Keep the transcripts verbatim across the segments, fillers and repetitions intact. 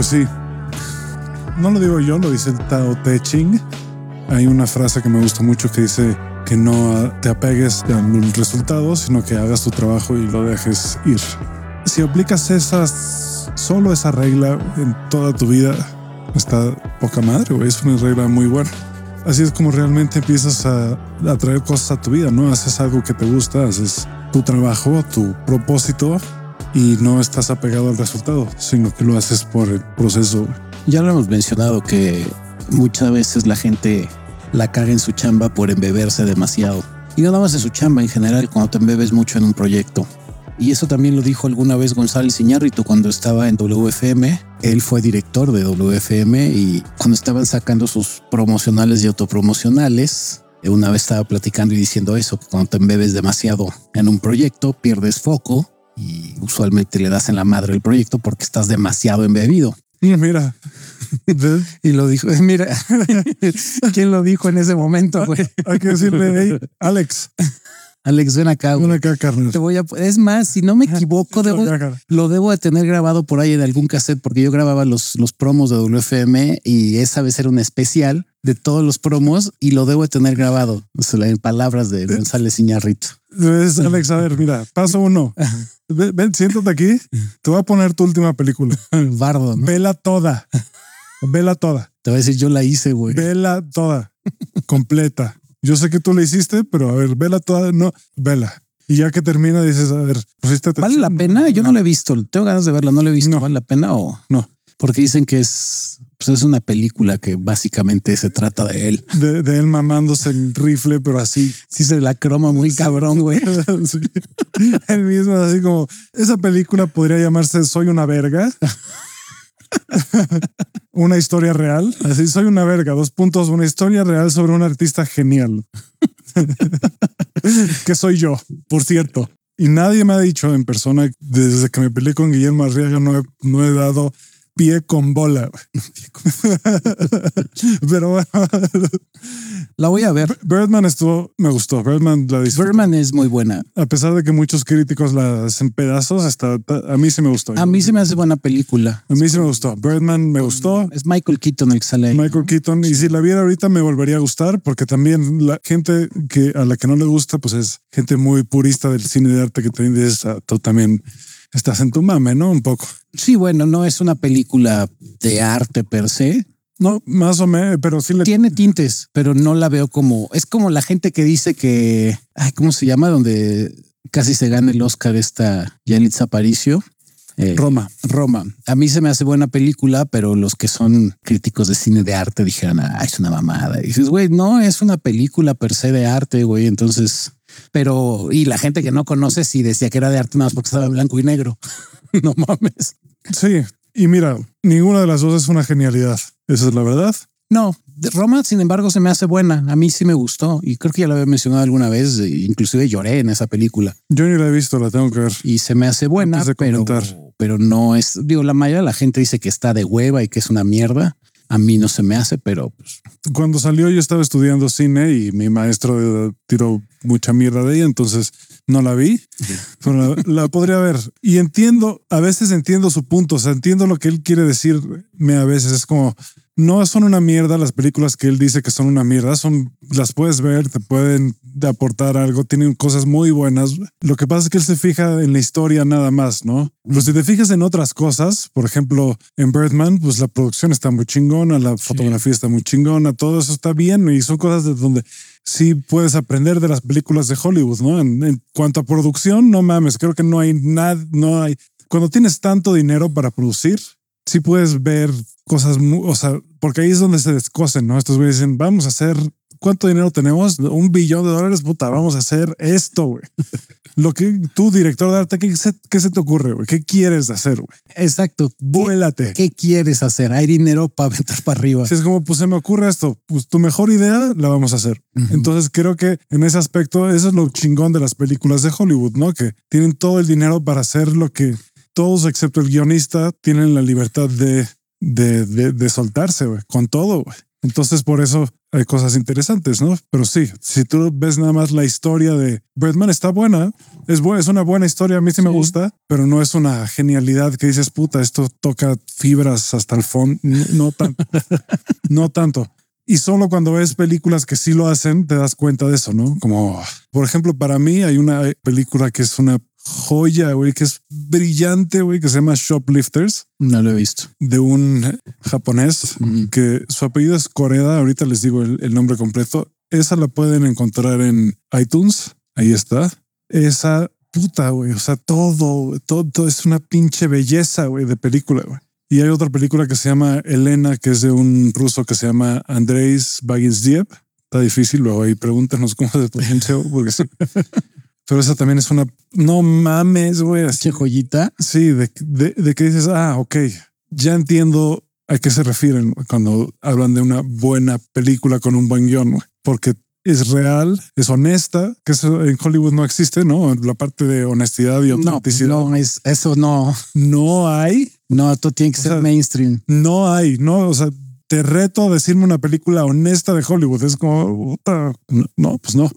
Pues sí. No lo digo yo, lo dice el Tao Te Ching. Hay una frase que me gusta mucho que dice que no te apegues al resultado, sino que hagas tu trabajo y lo dejes ir. Si aplicas esas, solo esa regla en toda tu vida, está poca madre, güey. Es una regla muy buena. Así es como realmente empiezas a, a traer cosas a tu vida, ¿no? Haces algo que te gusta, haces tu trabajo, tu propósito y no estás apegado al resultado, sino que lo haces por el proceso. Ya lo hemos mencionado que muchas veces la gente la caga en su chamba por embeberse demasiado. Y no nada más en su chamba, en general, cuando te embebes mucho en un proyecto. Y eso también lo dijo alguna vez González Iñárritu cuando estaba en W F M. Él fue director de W F M y cuando estaban sacando sus promocionales y autopromocionales, una vez estaba platicando y diciendo eso, que cuando te embebes demasiado en un proyecto, pierdes foco y usualmente le das en la madre el proyecto porque estás demasiado embebido. Mira. Y lo dijo, mira, ¿quién lo didijo en ese momento, güey? Hay que decirle, hey, Alex. Alex, ven acá. Ven acá, carnal. Te voy a, es más, si no me equivoco, debo, lo debo de tener grabado por ahí en algún cassette, porque yo grababa los, los promos de W F M y esa vez era un especial de todos los promos y lo debo de tener grabado. O sea, en palabras de González Iñárritu. Es, Alex, a ver, mira, paso uno. Ven, ven, siéntate aquí. Te voy a poner tu última película. Bardo, ¿no? Vela toda. Vela toda. Te voy a decir, yo la hice, güey. Vela toda. Completa. Yo sé que tú la hiciste, pero a ver, vela toda. No, vela. Y ya que termina, dices, a ver, pusiste atención. ¿Vale la pena? Yo no la he visto. Tengo ganas de verla. No la he visto. No. ¿Vale la pena o no? Porque dicen que es, pues es una película que básicamente se trata de él. De, de él mamándose el rifle, pero así. Sí se la croma muy cabrón, güey. Sí. Él mismo, así como, esa película podría llamarse Soy una verga. Una historia real. Así, soy una verga. Dos puntos. Una historia real sobre un artista genial. Que soy yo, por cierto. Y nadie me ha dicho en persona, desde que me peleé con Guillermo Arriaga, no he, no he dado pie con bola. Pero bueno, la voy a ver. Birdman estuvo, me gustó. Birdman la disfruté. Birdman es muy buena. A pesar de que muchos críticos la hacen pedazos, hasta a mí sí me gustó. A mí se me hace buena película. A mí sí me gustó. Birdman me gustó. Es Michael Keaton el que sale ahí. Michael Keaton. Y si la viera ahorita me volvería a gustar, porque también la gente que a la que no le gusta, pues es gente muy purista del cine de arte que te dices, ah, tú también estás en tu mame, ¿no? Un poco. Sí, bueno, no es una película de arte per se. No, más o menos, pero sí le tiene tintes, pero no la veo como, es como la gente que dice que, ay, ¿cómo se llama? Donde casi se gana el Oscar esta Yalitza Aparicio. Eh, Roma. Roma. A mí se me hace buena película, pero los que son críticos de cine de arte dijeron, ah, es una mamada. Y dices, güey, no, es una película per se de arte, güey. Entonces, pero, y la gente que no conoce sí decía que era de arte nada más porque estaba en blanco y negro. No mames. Sí. Y mira, ninguna de las dos es una genialidad. Esa es la verdad. No, de Roma, sin embargo, se me hace buena. A mí sí me gustó y creo que ya la había mencionado alguna vez. Inclusive lloré en esa película. Yo ni la he visto, la tengo que ver. Y se me hace buena, pero, pero no es. Digo, la mayoría de la gente dice que está de hueva y que es una mierda. A mí no se me hace, pero pues... Cuando salió yo estaba estudiando cine y mi maestro tiró mucha mierda de ella, entonces no la vi, pero la, la podría ver. Y entiendo, a veces entiendo su punto, o sea, entiendo lo que él quiere decirme a veces. Es como, no son una mierda las películas que él dice que son una mierda, son, las puedes ver, te pueden aportar algo, tienen cosas muy buenas. Lo que pasa es que él se fija en la historia nada más, ¿no? Pero si te fijas en otras cosas, por ejemplo, en Birdman, pues la producción está muy chingona, la fotografía sí. está muy chingona, todo eso está bien y son cosas de donde sí puedes aprender de las películas de Hollywood, ¿no? En, en cuanto a producción, no mames, creo que no hay nada, no hay... Cuando tienes tanto dinero para producir, sí puedes ver cosas, muy, o sea, porque ahí es donde se descosen, ¿no? Estos güeyes dicen, vamos a hacer, ¿cuánto dinero tenemos? Un billón de dólares, puta, vamos a hacer esto, güey. Lo que tú, director de arte, ¿qué se, qué se te ocurre, güey? ¿Qué quieres hacer, güey? Exacto. Vuélate. ¿Qué, ¿Qué quieres hacer? Hay dinero para meter para arriba. Si es como, pues se me ocurre esto, pues tu mejor idea la vamos a hacer. Uh-huh. Entonces creo que en ese aspecto, eso es lo chingón de las películas de Hollywood, ¿no? Que tienen todo el dinero para hacer lo que todos, excepto el guionista, tienen la libertad de, de, de, de soltarse, güey, con todo, güey. Entonces por eso hay cosas interesantes, ¿no? Pero sí, si tú ves nada más la historia de Birdman, está buena, es, bu es una buena historia, a mí sí, sí me gusta, pero no es una genialidad que dices, puta, esto toca fibras hasta el fondo, no, no tanto, no tanto. Y solo cuando ves películas que sí lo hacen, te das cuenta de eso, ¿no? Como, por ejemplo, para mí hay una película que es una joya, güey, que es brillante, güey, que se llama Shoplifters. No lo he visto. De un japonés mm. que su apellido es Koreda. Ahorita les digo el, el nombre completo. Esa la pueden encontrar en iTunes. Ahí está. Esa puta, güey. O sea, todo, todo, todo es una pinche belleza, güey, de película, güey. Y hay otra película que se llama Elena, que es de un ruso que se llama Andrei Bagensdiev. Está difícil, luego ahí pregúntanos cómo se pronuncia, porque sí. Pero esa también es una... No mames, güey. ¿Qué joyita? Sí, de, de, de que dices, ah, ok, ya entiendo a qué se refieren cuando hablan de una buena película con un buen guión, güey. Porque es real, es honesta, que eso en Hollywood no existe, ¿no? La parte de honestidad y autenticidad. No, no es, eso no. No hay. No, todo tiene que o ser sea, mainstream. No hay, no, o sea, te reto a decirme una película honesta de Hollywood. Es como, no, no pues no.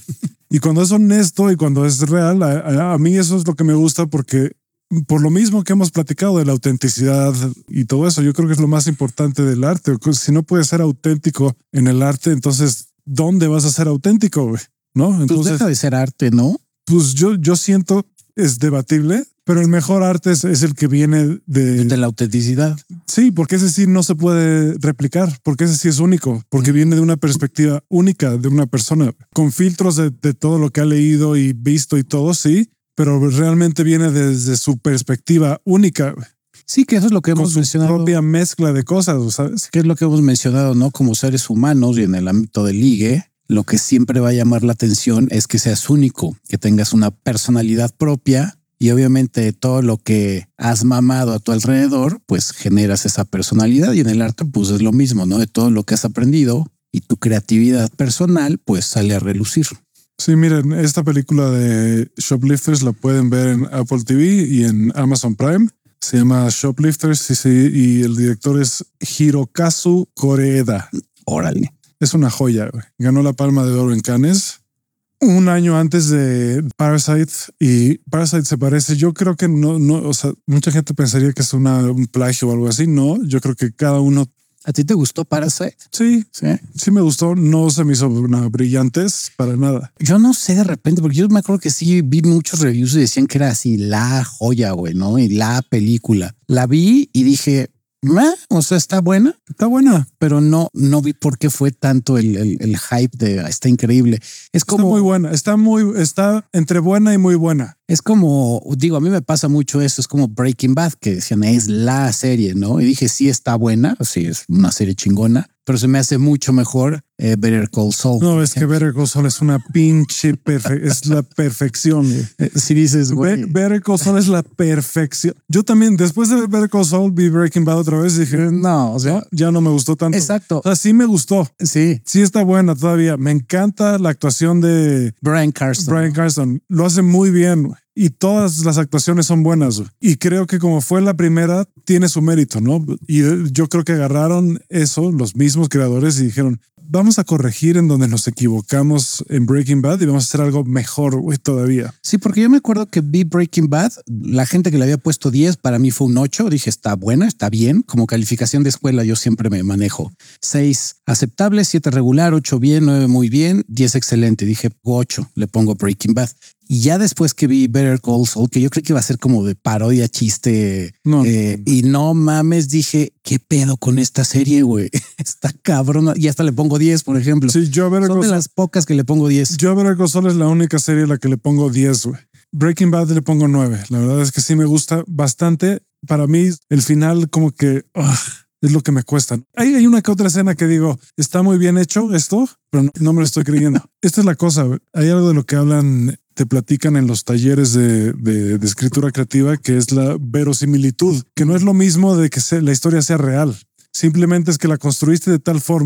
Y cuando es honesto y cuando es real, a, a, a mí eso es lo que me gusta porque por lo mismo que hemos platicado de la autenticidad y todo eso, yo creo que es lo más importante del arte. Si no puedes ser auténtico en el arte, entonces, ¿dónde vas a ser auténtico, güey? ¿No? Entonces, pues deja de ser arte, ¿no? Pues yo, yo siento, es debatible, pero el mejor arte es, es el que viene de... De la autenticidad. Sí, porque ese sí no se puede replicar, porque ese sí es único, porque viene de una perspectiva única de una persona, con filtros de, de todo lo que ha leído y visto y todo, sí, pero realmente viene desde su perspectiva única. Sí, que eso es lo que hemos con su mencionado. Propia mezcla de cosas, ¿sabes? Que es lo que hemos mencionado, ¿no? Como seres humanos y en el ámbito del ligue, lo que siempre va a llamar la atención es que seas único, que tengas una personalidad propia. Y obviamente todo lo que has mamado a tu alrededor, pues generas esa personalidad. Y en el arte, pues es lo mismo, ¿no? De todo lo que has aprendido y tu creatividad personal, pues sale a relucir. Sí, miren, esta película de Shoplifters la pueden ver en Apple T V y en Amazon Prime. Se llama Shoplifters sí, sí, y el director es Hirokazu Koreeda. Órale. Es una joya, güey. Ganó la Palma de Oro en Cannes. Un año antes de Parasite y Parasite se parece. Yo creo que no, no, o sea, mucha gente pensaría que es una, un plagio o algo así. No, yo creo que cada uno. ¿A ti te gustó Parasite? Sí, sí, sí me gustó. No se me hizo una brillantes para nada. Yo no sé de repente, porque yo me acuerdo que sí vi muchos reviews y decían que era así la joya, güey, ¿no? Y la película. La vi y dije, ¿meh? O sea, está buena, está buena, pero no, no vi por qué fue tanto el, el, el hype de está increíble. Es como está muy buena, está muy, está entre buena y muy buena. Es como, digo, a mí me pasa mucho eso, es como Breaking Bad, que decían es la serie, ¿no? Y dije, sí está buena, sí es una serie chingona, pero se me hace mucho mejor eh, Better Call Saul. No, es que Better Call Saul es una pinche perfección, es la perfección. Eh, si dices, güey. Be Better Call Saul es la perfección. Yo también, después de Better Call Saul, vi Breaking Bad otra vez y dije, no, o sea, no, ya no me gustó tanto. Exacto. O sea, sí me gustó. Sí. Sí está buena todavía. Me encanta la actuación de Bryan Cranston. Bryan Cranston. Lo hace muy bien, güey. Y todas las actuaciones son buenas. Güey. Y creo que como fue la primera, tiene su mérito, ¿no? Y yo creo que agarraron eso, los mismos creadores, y dijeron, vamos a corregir en donde nos equivocamos en Breaking Bad y vamos a hacer algo mejor, güey, todavía. Sí, porque yo me acuerdo que vi Breaking Bad, la gente que le había puesto diez, para mí fue un ocho. Dije, está buena, está bien. Como calificación de escuela yo siempre me manejo. seis aceptable, siete regular, ocho bien, nueve muy bien, diez excelente. Dije, ocho, le pongo Breaking Bad. Y ya después que vi Better Call Saul, que yo creo que iba a ser como de parodia, chiste, no, eh, no. y no mames, dije, ¿qué pedo con esta serie, güey? Está cabrón. Y hasta le pongo diez, por ejemplo. Sí, yo a Better Son Call de Saul, las pocas que le pongo diez. Yo a Better Call Saul es la única serie a la que le pongo diez, güey. Breaking Bad le pongo nueve. La verdad es que sí me gusta bastante. Para mí, el final como que... Uh, es lo que me cuesta. Hay, hay una que otra escena que digo, está muy bien hecho esto, pero no, no me lo estoy creyendo. Esta es la cosa. Hay algo de lo que hablan, te platican en los talleres de, de, de escritura creativa, que es la verosimilitud, que no es lo mismo de que se, la historia sea real. Simplemente es que la construiste de tal forma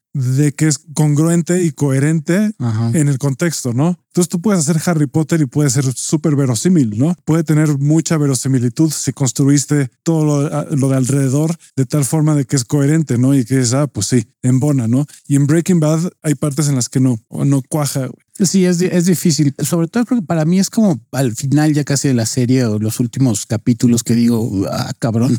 de que es congruente y coherente Ajá. en el contexto, ¿no? Entonces tú puedes hacer Harry Potter y puede ser súper verosímil, ¿no? Puede tener mucha verosimilitud si construiste todo lo, lo de alrededor de tal forma de que es coherente, ¿no? Y que es, ah, pues sí, embona, ¿no? Y en Breaking Bad hay partes en las que no, no cuaja, güey. Sí, es, es difícil. Sobre todo creo que para mí es como al final ya casi de la serie o los últimos capítulos que digo, ah, cabrón.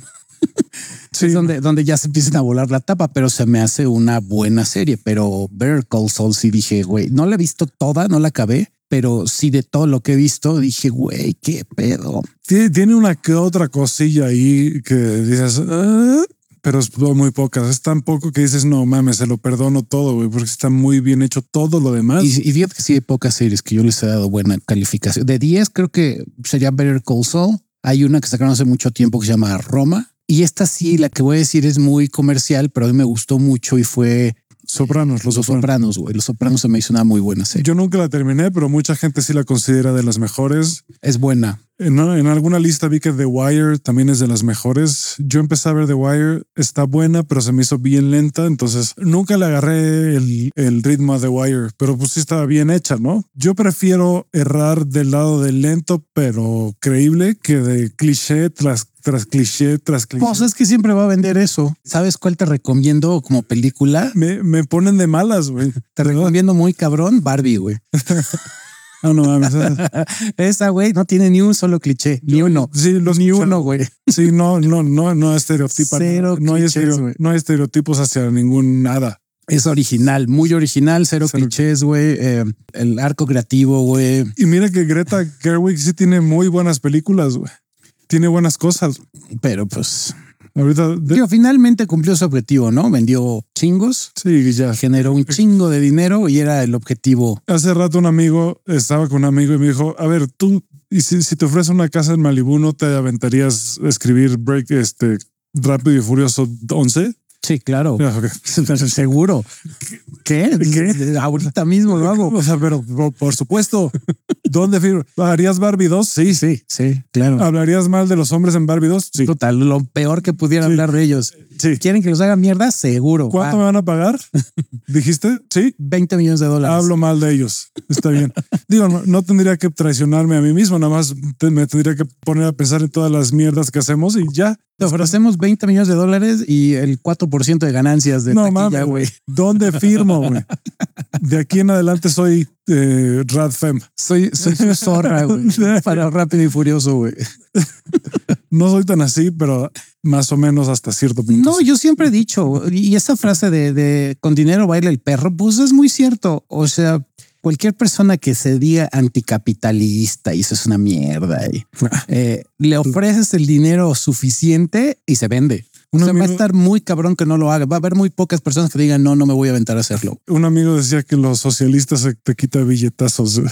Sí, es donde, donde ya se empiezan a volar la tapa, pero se me hace una buena serie. Pero Better Call Saul sí dije, güey, no la he visto toda, no la acabé, pero sí de todo lo que he visto dije, güey, qué pedo. Tiene, tiene una que otra cosilla ahí que dices, ah, pero es muy pocas. Es tan poco que dices, no mames, se lo perdono todo, güey, porque está muy bien hecho todo lo demás. Y, y fíjate que sí hay pocas series que yo les he dado buena calificación. De diez creo que sería Better Call Saul. Hay una que sacaron hace mucho tiempo que se llama Roma. Y esta sí, la que voy a decir es muy comercial, pero a mí me gustó mucho y fue Sopranos. Los, los Sopranos, güey. Los Sopranos se me hizo una muy buena serie. Yo nunca la terminé, pero mucha gente sí la considera de las mejores. Es buena. En, en alguna lista vi que The Wire también es de las mejores. Yo empecé a ver The Wire, está buena, pero se me hizo bien lenta. Entonces nunca le agarré el, el ritmo a The Wire, pero pues sí estaba bien hecha, ¿no? Yo prefiero errar del lado del lento, pero creíble, que de cliché tras tras cliché, tras cliché. Pues es que siempre va a vender eso. ¿Sabes cuál te recomiendo como película? Me, me ponen de malas, güey. Te recomiendo muy cabrón Barbie, güey. No, no mames. Esa, güey, no tiene ni un solo cliché, ni uno. Sí, los, ni uno, güey. Sí, no, no, no, no estereotipa. Cero no, hay clichés, estereo, no hay estereotipos hacia ningún nada. Es original, muy original, cero, cero. clichés, güey. Eh, el arco creativo, güey. Y mira que Greta Gerwig sí tiene muy buenas películas, güey. Tiene buenas cosas. Pero pues... Ahorita de... Digo, finalmente cumplió su objetivo, ¿no? Vendió chingos. Sí, ya. Generó un chingo de dinero y era el objetivo. Hace rato un amigo, estaba con un amigo y me dijo, a ver, tú, y si, si te ofrece una casa en Malibu, ¿no te aventarías a escribir Break, este, Rápido y Furioso once? Sí, claro. Yeah, okay. Seguro. ¿Qué? ¿Qué? Ahorita mismo lo hago. O sea, pero por, por supuesto. ¿Dónde firmo? ¿Harías Barbie dos? Sí, sí, sí, claro. ¿Hablarías mal de los hombres en Barbie dos? Sí. Total, lo peor que pudiera sí. hablar de ellos. Sí. ¿Quieren que los haga mierda? Seguro. ¿Cuánto ah. me van a pagar? ¿Dijiste? Sí. veinte millones de dólares. Hablo mal de ellos. Está bien. Digo, no, no tendría que traicionarme a mí mismo, nada más te, me tendría que poner a pensar en todas las mierdas que hacemos y ya. Te ofrecemos veinte millones de dólares y el cuatro por ciento de ganancias de no, taquilla, güey. ¿Dónde firmo, güey? De aquí en adelante soy eh, Radfem. Soy, soy su zorra, güey. Para Rápido y Furioso, güey. No soy tan así, pero más o menos hasta cierto punto. No, yo siempre he dicho, y esa frase de, de con dinero baila el perro, pues es muy cierto. O sea, cualquier persona que se diga anticapitalista y eso es una mierda, y, eh, le ofreces el dinero suficiente y se vende. O sea, amigo, va a estar muy cabrón que no lo haga. Va a haber muy pocas personas que digan, no, no me voy a aventar a hacerlo. Un amigo decía que los socialistas te quitan billetazos.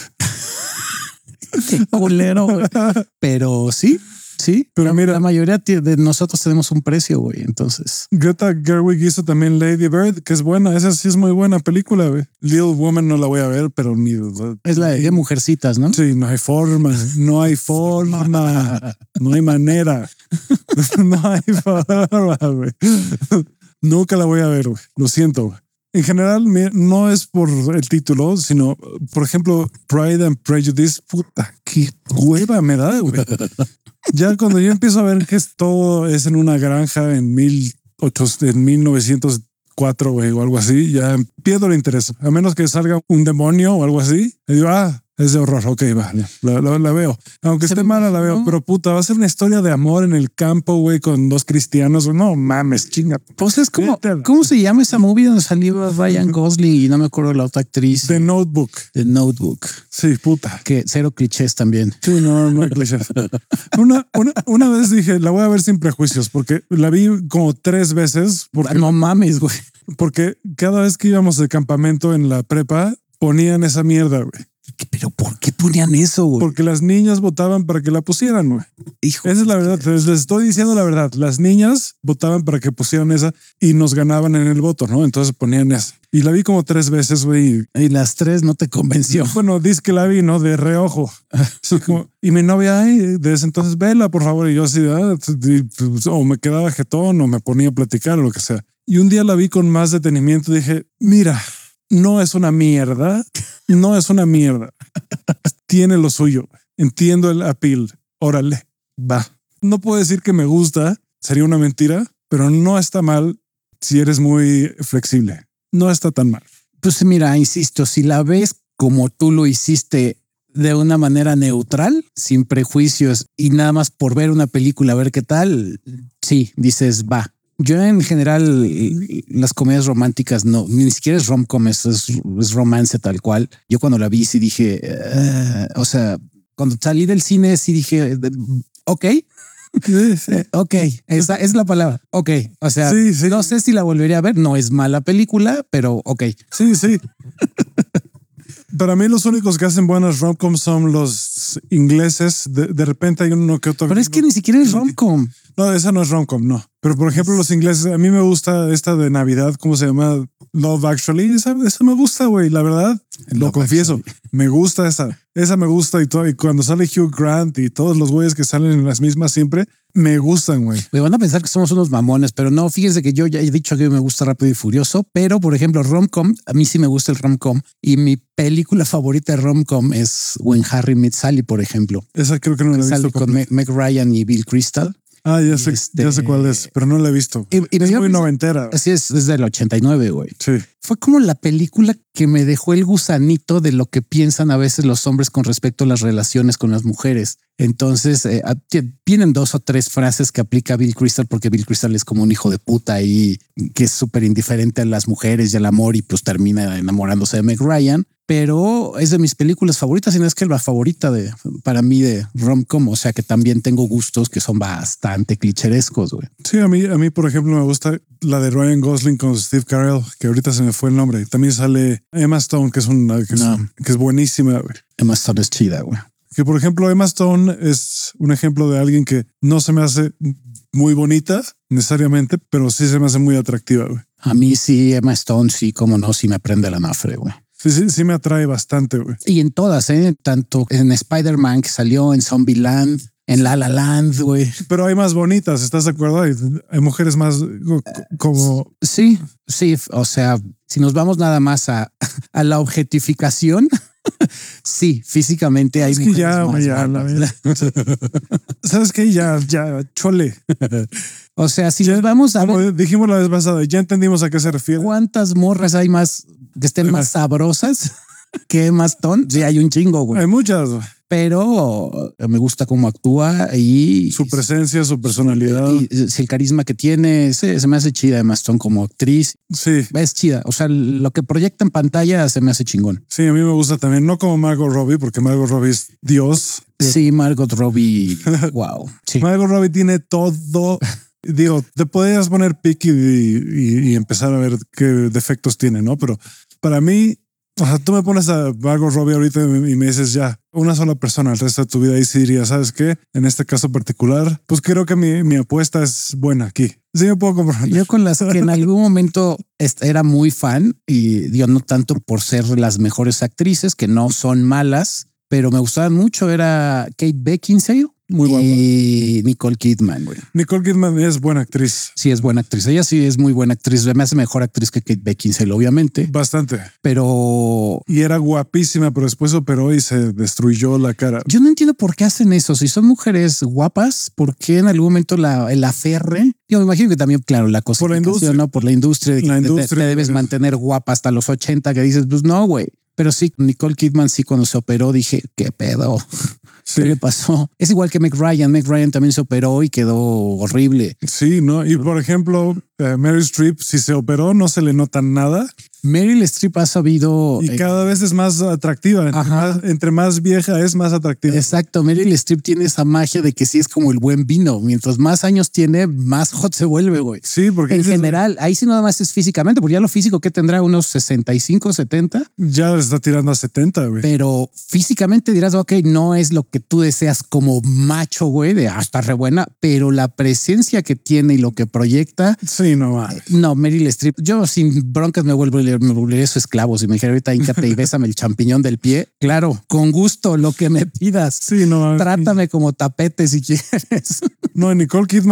Qué culero, güey. Pero sí, sí. Pero la, mira, la mayoría de nosotros tenemos un precio, güey. Entonces, Greta Gerwig hizo también Lady Bird, que es buena. Esa sí es muy buena película, güey. Little Woman no la voy a ver, pero ni es la de Mujercitas, ¿no? Sí, no hay forma, no hay forma, no hay manera, no hay forma, güey. Nunca la voy a ver, güey. Lo siento, güey. En general, no es por el título, sino, por ejemplo, Pride and Prejudice. Puta, qué hueva me da, güey. Ya cuando yo empiezo a ver que todo es en una granja en mil novecientos cuatro, güey, o algo así, ya pierdo el interés. A menos que salga un demonio o algo así, y digo, ah, es de horror. Ok, va, la, la, la veo. Aunque esté mala, la veo. Pero puta, va a ser una historia de amor en el campo, güey, con dos cristianos. No mames, chinga. Pues es como, ¿cómo se llama esa movie donde salió Ryan Gosling y no me acuerdo la otra actriz? The Notebook. The Notebook. Sí, puta. Que cero clichés también. Sí, no, no hay clichés. Una, una, una vez dije, la voy a ver sin prejuicios, porque la vi como tres veces. Porque, no mames, güey. Porque cada vez que íbamos de campamento en la prepa, ponían esa mierda, güey. ¿Pero por qué ponían eso, güey? Porque las niñas votaban para que la pusieran, güey. Hijo. Esa es la verdad. Les estoy diciendo la verdad. Las niñas votaban para que pusieran esa y nos ganaban en el voto, ¿no? Entonces ponían esa. Y la vi como tres veces, güey. Y las tres no te convenció. Bueno, dice que la vi, ¿no? De reojo. Como, y mi novia, ay, desde entonces, vela, por favor. Y yo así, ah, o me quedaba jetón o me ponía a platicar o lo que sea. Y un día la vi con más detenimiento y dije, mira, no es una mierda, no es una mierda. Tiene lo suyo. Entiendo el appeal. Órale, va. No puedo decir que me gusta, sería una mentira, pero no está mal si eres muy flexible. No está tan mal. Pues mira, insisto, si la ves como tú lo hiciste de una manera neutral, sin prejuicios y nada más por ver una película, a ver qué tal, sí, dices, va. Yo en general las comedias románticas no, ni siquiera es rom-com, es, es romance tal cual. Yo cuando la vi sí dije, uh, o sea, cuando salí del cine sí dije, ok, ok, esa es la palabra. Ok, o sea, sí, sí. No sé si la volvería a ver, no es mala película, pero ok. Sí, sí. Para mí los únicos que hacen buenas rom-coms son los ingleses. De, de repente hay uno que otro. Pero es que ni siquiera es rom-com. No, esa no es rom-com, no. Pero por ejemplo los ingleses, a mí me gusta esta de Navidad, ¿cómo se llama? Love Actually. Esa, esa me gusta, güey, la verdad. Lo Love confieso. Actually. Me gusta esa. Esa me gusta y todo. Y cuando sale Hugh Grant y todos los güeyes que salen en las mismas siempre, me gustan, güey. Me van a pensar que somos unos mamones, pero no, fíjense que yo ya he dicho que me gusta Rápido y Furioso, pero por ejemplo, rom-com, a mí sí me gusta el rom-com y mi película favorita de rom-com es When Harry Met Sally, por ejemplo. Esa creo que no la he visto. Con Meg, Meg Ryan y Bill Crystal. Ah, ya sé, este, ya sé cuál es, pero no la he visto. Y, y es muy pensar, noventera. Así es, desde el ochenta y nueve, güey. Sí. Fue como la película que me dejó el gusanito de lo que piensan a veces los hombres con respecto a las relaciones con las mujeres. Entonces, eh, vienen dos o tres frases que aplica Bill Crystal, porque Bill Crystal es como un hijo de puta y que es súper indiferente a las mujeres y al amor y pues termina enamorándose de Meg Ryan. Pero es de mis películas favoritas y no es que la favorita de para mí de rom-com. O sea que también tengo gustos que son bastante clicherescos, güey. Sí, a mí, a mí, por ejemplo, me gusta la de Ryan Gosling con Steve Carell, que ahorita se me fue el nombre. También sale Emma Stone, que es una que es, no. que es buenísima, güey. Emma Stone es chida, güey. Que por ejemplo, Emma Stone es un ejemplo de alguien que no se me hace muy bonita necesariamente, pero sí se me hace muy atractiva, güey. A mí sí, Emma Stone, sí, como no, sí me aprende la nafre, güey. Sí, sí, sí me atrae bastante, güey. Y en todas, ¿eh? Tanto en Spider-Man que salió, en Zombieland, en La La Land, güey. Pero hay más bonitas, ¿estás de acuerdo? Hay, hay mujeres más como... Sí, sí, o sea, si nos vamos nada más a, a la objetificación... Sí, físicamente hay es que ya, más ya, la verdad. ¿Sabes qué? Ya, ya, chole. O sea, si ya, nos vamos a como ver, dijimos la vez pasada, ya entendimos a qué se refiere. ¿Cuántas morras hay más que estén más sabrosas que Emma Stone? Sí, hay un chingo, güey. Hay muchas, güey. Pero me gusta cómo actúa y su presencia, su personalidad. Y, y si el carisma que tiene, se, se me hace chida Emma Stone como actriz. Sí. Es chida. O sea, lo que proyecta en pantalla se me hace chingón. Sí, a mí me gusta también, no como Margot Robbie, porque Margot Robbie es Dios. Sí, Margot Robbie. Wow. Sí. Margot Robbie tiene todo. Digo, te podrías poner picky y, y, y empezar a ver qué defectos tiene, ¿no? Pero para mí, o sea, tú me pones a Margot Robbie ahorita y me dices ya, una sola persona el resto de tu vida y sí diría, ¿sabes qué? En este caso particular, pues creo que mi, mi apuesta es buena aquí. Sí me puedo comprar. Yo con las que en algún momento era muy fan y digo, no tanto por ser las mejores actrices, que no son malas, pero me gustaban mucho, era Kate Beckinsale. Muy guapa. Y Nicole Kidman, güey. Nicole Kidman es buena actriz. Sí, es buena actriz. Ella sí es muy buena actriz. Me hace mejor actriz que Kate Beckinsale, obviamente. Bastante. Pero... Y era guapísima, pero después operó y se destruyó la cara. Yo no entiendo por qué hacen eso. Si son mujeres guapas, ¿por qué en algún momento la, el aferre? Yo me imagino que también, claro, la cosa. Por la industria. ¿No? Por la industria. De la que industria. Te, te debes mantener guapa hasta los ochenta, que dices, pues no, güey. Pero sí, Nicole Kidman sí, cuando se operó dije, ¿qué pedo? Sí. ¿Qué le pasó? Es igual que Meg Ryan. Meg Ryan también se operó y quedó horrible. Sí, ¿no? Y por ejemplo, uh, Meryl Streep, si se operó, no se le nota nada. Meryl Streep ha sabido... Y cada vez es más atractiva. Entre más, entre más vieja es más atractiva. Exacto. Meryl Streep tiene esa magia de que sí es como el buen vino. Mientras más años tiene, más hot se vuelve, güey. Sí, porque... En general, ahí sí nada más es físicamente, porque ya lo físico que tendrá unos sesenta y cinco, setenta. Ya está tirando a setenta, güey. Pero físicamente dirás, ok, no es lo que tú deseas como macho, güey, de hasta re buena, pero la presencia que tiene y lo que proyecta. Sí, no va. No, Meryl Streep. Yo sin broncas me vuelvo me volveré su esclavo. Si me dijera ahorita híncate y bésame el champiñón del pie, claro, con gusto, lo que me pidas. Sí, no. Trátame como tapete si quieres. No, Nicole Kidman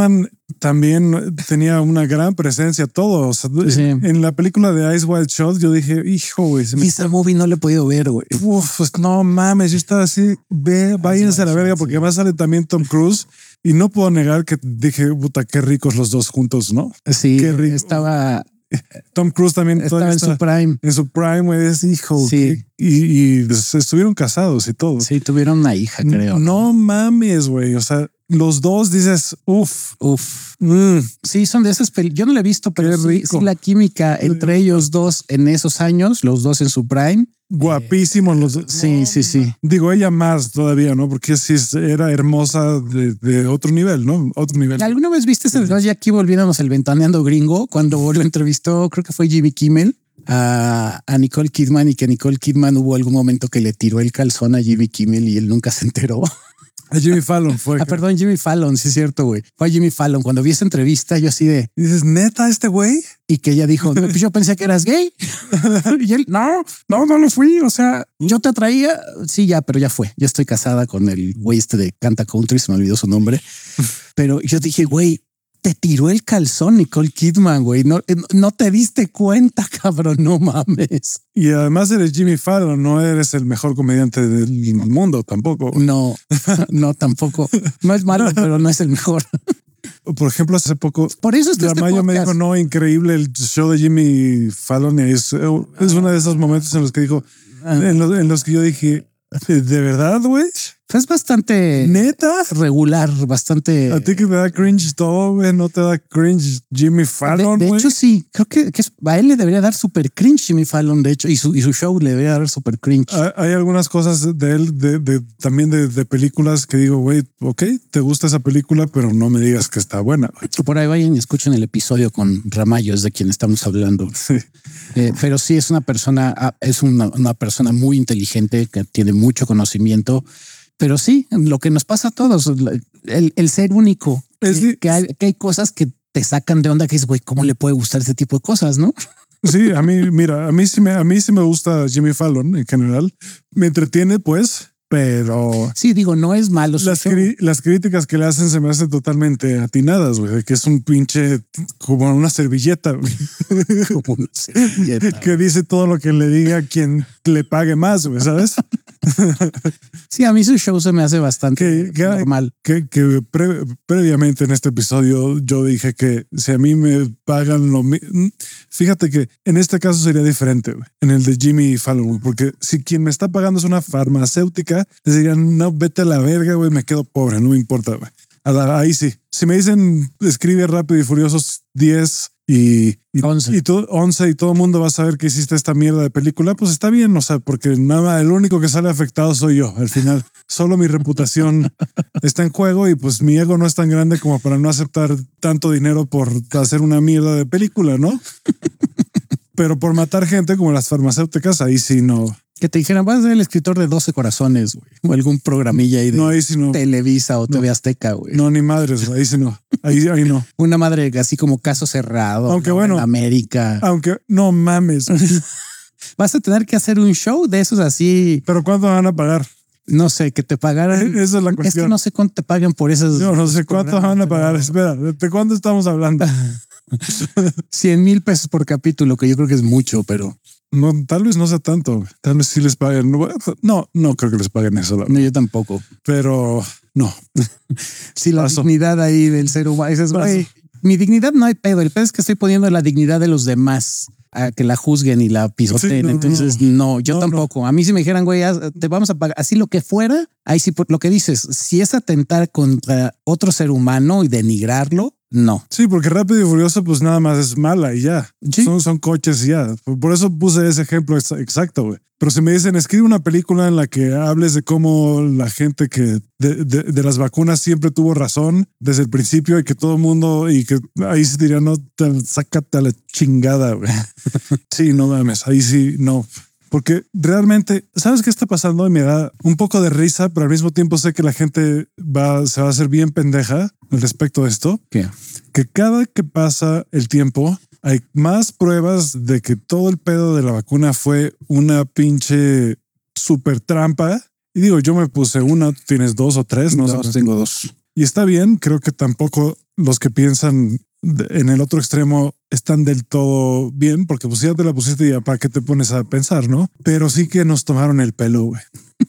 también tenía una gran presencia, todo. O sea, sí. En la película de Eyes Wide Shut, yo dije, hijo, güey. Me... Esa movie no le he podido ver, güey. Uf, pues no mames, yo estaba así, ve, váyanse a la verga, porque además sale también Tom Cruise. Y no puedo negar que dije, puta, qué ricos los dos juntos, ¿no? Sí, qué rico. Estaba... Tom Cruise también estaba en su prime. En su prime, güey, es hijo. Sí. Y, y estuvieron casados y todo. Sí, tuvieron una hija, creo. No mames, güey. O sea, los dos dices, uff, uff. Mm. Sí, son de esas películas. Yo no la he visto, pero sí, sí, la química entre ellos dos en esos años, los dos en su prime. Guapísimos los dos. Sí, sí, sí. Digo, ella más todavía, ¿no? Porque sí era hermosa de, de otro nivel, ¿no? Otro nivel. ¿Alguna vez viste ese? Ya aquí volviéndonos el ventaneando gringo, cuando lo entrevistó, creo que fue Jimmy Kimmel, a, a Nicole Kidman, y que Nicole Kidman hubo algún momento que le tiró el calzón a Jimmy Kimmel y él nunca se enteró. A Jimmy Fallon fue. Ah, perdón, Jimmy Fallon, sí es cierto, güey. Fue a Jimmy Fallon. Cuando vi esa entrevista, yo así de... Dices, ¿neta este güey? Y que ella dijo, pues yo pensé que eras gay. Y él, no, no, no lo fui. O sea, yo te atraía. Sí, ya, pero ya fue. Ya estoy casada con el güey este de Canta Country, se me olvidó su nombre. Pero yo dije, güey, te tiró el calzón Nicole Kidman, güey. No, no te diste cuenta, cabrón, no mames. Y además eres Jimmy Fallon, no eres el mejor comediante del mundo tampoco. No, no, tampoco. No es malo, pero no es el mejor. Por ejemplo, hace poco, por eso es Ramayo este me dijo, no, increíble el show de Jimmy Fallon. Y es, es uno de esos momentos en los que dijo, en los, en los que yo dije, ¿de verdad, güey? Es bastante neta regular, bastante. A ti que te da cringe todo, güey, no te da cringe Jimmy Fallon. De, de hecho, sí, creo que, que a él le debería dar super cringe Jimmy Fallon, de hecho, y su, y su show le debería dar super cringe. Hay, hay algunas cosas de él, de, de también de, de películas que digo, güey, ok, te gusta esa película, pero no me digas que está buena. Por ahí vayan y escuchen el episodio con Ramayo, es de quien estamos hablando. Sí. Eh, pero sí es una persona, es una, una persona muy inteligente que tiene mucho conocimiento. Pero sí, lo que nos pasa a todos, el, el ser único, es que, que, hay, que hay cosas que te sacan de onda, que es, güey, ¿cómo le puede gustar este tipo de cosas, no? Sí, a mí, mira, a mí sí me, a mí sí me gusta Jimmy Fallon en general. Me entretiene, pues, pero... Sí, digo, no es malo. Las, cri las críticas que le hacen se me hacen totalmente atinadas, güey, que es un pinche, como una servilleta, güey. Como una servilleta. Que dice todo lo que le diga a quien le pague más, güey, ¿sabes? Sí, a mí su show se me hace bastante que, que, normal. Que, que pre previamente en este episodio yo dije que si a mí me pagan lo mismo, fíjate que en este caso sería diferente, güey, en el de Jimmy Fallon, güey, porque si quien me está pagando es una farmacéutica, les dirían, no, vete a la verga, güey, me quedo pobre, no me importa, güey. Ahí sí. Si me dicen escribe Rápido y Furiosos diez y, y, once. y, todo, once y todo el mundo va a saber que hiciste esta mierda de película, pues está bien, o sea, porque nada, el único que sale afectado soy yo. Al final, solo mi reputación está en juego y pues mi ego no es tan grande como para no aceptar tanto dinero por hacer una mierda de película, ¿no? Pero por matar gente como las farmacéuticas, ahí sí no. Que te dijeran, vas a ser el escritor de doce corazones, güey. O algún programilla ahí de no, ahí sí no. Televisa o no. T V Azteca, güey. No, ni madres, ahí sí no. Ahí, ahí no. Una madre así como Caso Cerrado. Aunque ¿no? bueno. En América. Aunque no mames. Vas a tener que hacer un show de esos así. ¿Pero cuánto van a pagar? No sé, que te pagaran. Esa es la cuestión. Es que no sé cuánto te pagan por esas. No, no sé cuánto van a pagar. Espera, ¿de cuánto estamos hablando? cien mil pesos por capítulo, que yo creo que es mucho, pero... No, tal vez no sea tanto. Tal vez sí les paguen. No, no creo que les paguen eso. No, yo tampoco. Pero no. Sí, la Paso. dignidad ahí del ser humano. Dices, güey, mi dignidad no hay pedo. El pedo es que estoy poniendo la dignidad de los demás a que la juzguen y la pisoteen. Sí, no, Entonces, no, no yo no, tampoco. No. A mí si me dijeran, güey, te vamos a pagar así lo que fuera. Ahí sí, por lo que dices, si es atentar contra otro ser humano y denigrarlo, no. Sí, porque Rápido y Furioso pues nada más es mala y ya. Sí. Son, son coches y ya. Por eso puse ese ejemplo exacto, güey. Pero si me dicen, escribe una película en la que hables de cómo la gente que de, de, de las vacunas siempre tuvo razón desde el principio y que todo el mundo, y que ahí se diría, no, te, sácate a la chingada, güey. Sí, no mames, ahí sí, no. Porque realmente, ¿sabes qué está pasando? Y me da un poco de risa, pero al mismo tiempo sé que la gente va, se va a hacer bien pendeja al respecto de esto. ¿Qué? Que cada que pasa el tiempo, hay más pruebas de que todo el pedo de la vacuna fue una pinche super trampa. Y digo, yo me puse una, tú tienes dos o tres, no dos, sé. Tengo dos. Y está bien, creo que tampoco los que piensan en el otro extremo están del todo bien, porque pues ya te la pusiste y ya para qué te pones a pensar, ¿no? Pero sí que nos tomaron el pelo, güey.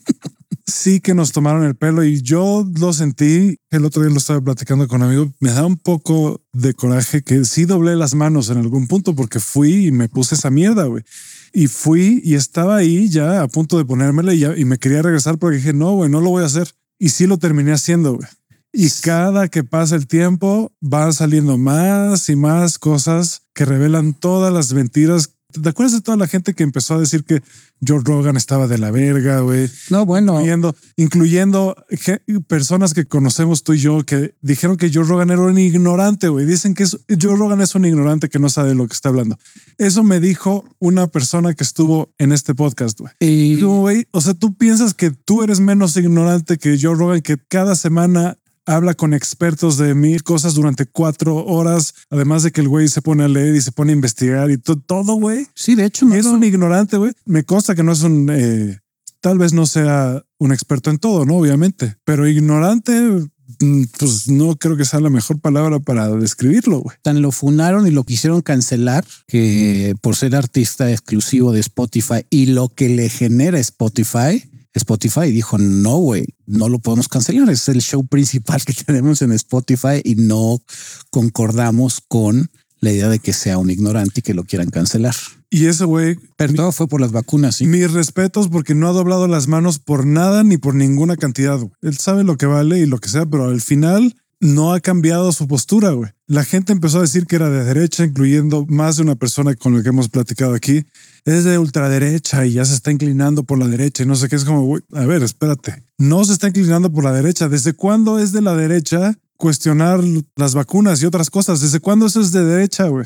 Sí que nos tomaron el pelo y yo lo sentí. El otro día lo estaba platicando con un amigo. Me da un poco de coraje que sí doblé las manos en algún punto porque fui y me puse esa mierda, güey. Y fui y estaba ahí ya a punto de ponérmela y, ya, y me quería regresar porque dije, no, güey, no lo voy a hacer. Y sí lo terminé haciendo, güey. Y cada que pasa el tiempo van saliendo más y más cosas que revelan todas las mentiras. ¿Te acuerdas de toda la gente que empezó a decir que Joe Rogan estaba de la verga, güey? No, bueno. Incluyendo, incluyendo personas que conocemos tú y yo que dijeron que Joe Rogan era un ignorante, güey. Dicen que es, Joe Rogan es un ignorante que no sabe de lo que está hablando. Eso me dijo una persona que estuvo en este podcast, güey. Y güey, o sea, tú piensas que tú eres menos ignorante que Joe Rogan, que cada semana habla con expertos de mil cosas durante cuatro horas, además de que el güey se pone a leer y se pone a investigar y to todo, güey. Sí, de hecho, no es un ignorante, güey. Me consta que no es un, eh, tal vez no sea un experto en todo, ¿no? Obviamente, pero ignorante, pues no creo que sea la mejor palabra para describirlo, güey. Tan lo funaron y lo quisieron cancelar que por ser artista exclusivo de Spotify y lo que le genera Spotify, Spotify dijo, no, güey, no lo podemos cancelar. Es el show principal que tenemos en Spotify y no concordamos con la idea de que sea un ignorante y que lo quieran cancelar. Y ese güey... Pero todo fue por las vacunas, ¿sí? Mis respetos porque no ha doblado las manos por nada ni por ninguna cantidad, güey. Él sabe lo que vale y lo que sea, pero al final no ha cambiado su postura, güey. La gente empezó a decir que era de derecha, incluyendo más de una persona con la que hemos platicado aquí. Es de ultraderecha y ya se está inclinando por la derecha y no sé qué. Es como, güey, a ver, espérate. No se está inclinando por la derecha. ¿Desde cuándo es de la derecha cuestionar las vacunas y otras cosas? ¿Desde cuándo eso es de derecha, güey?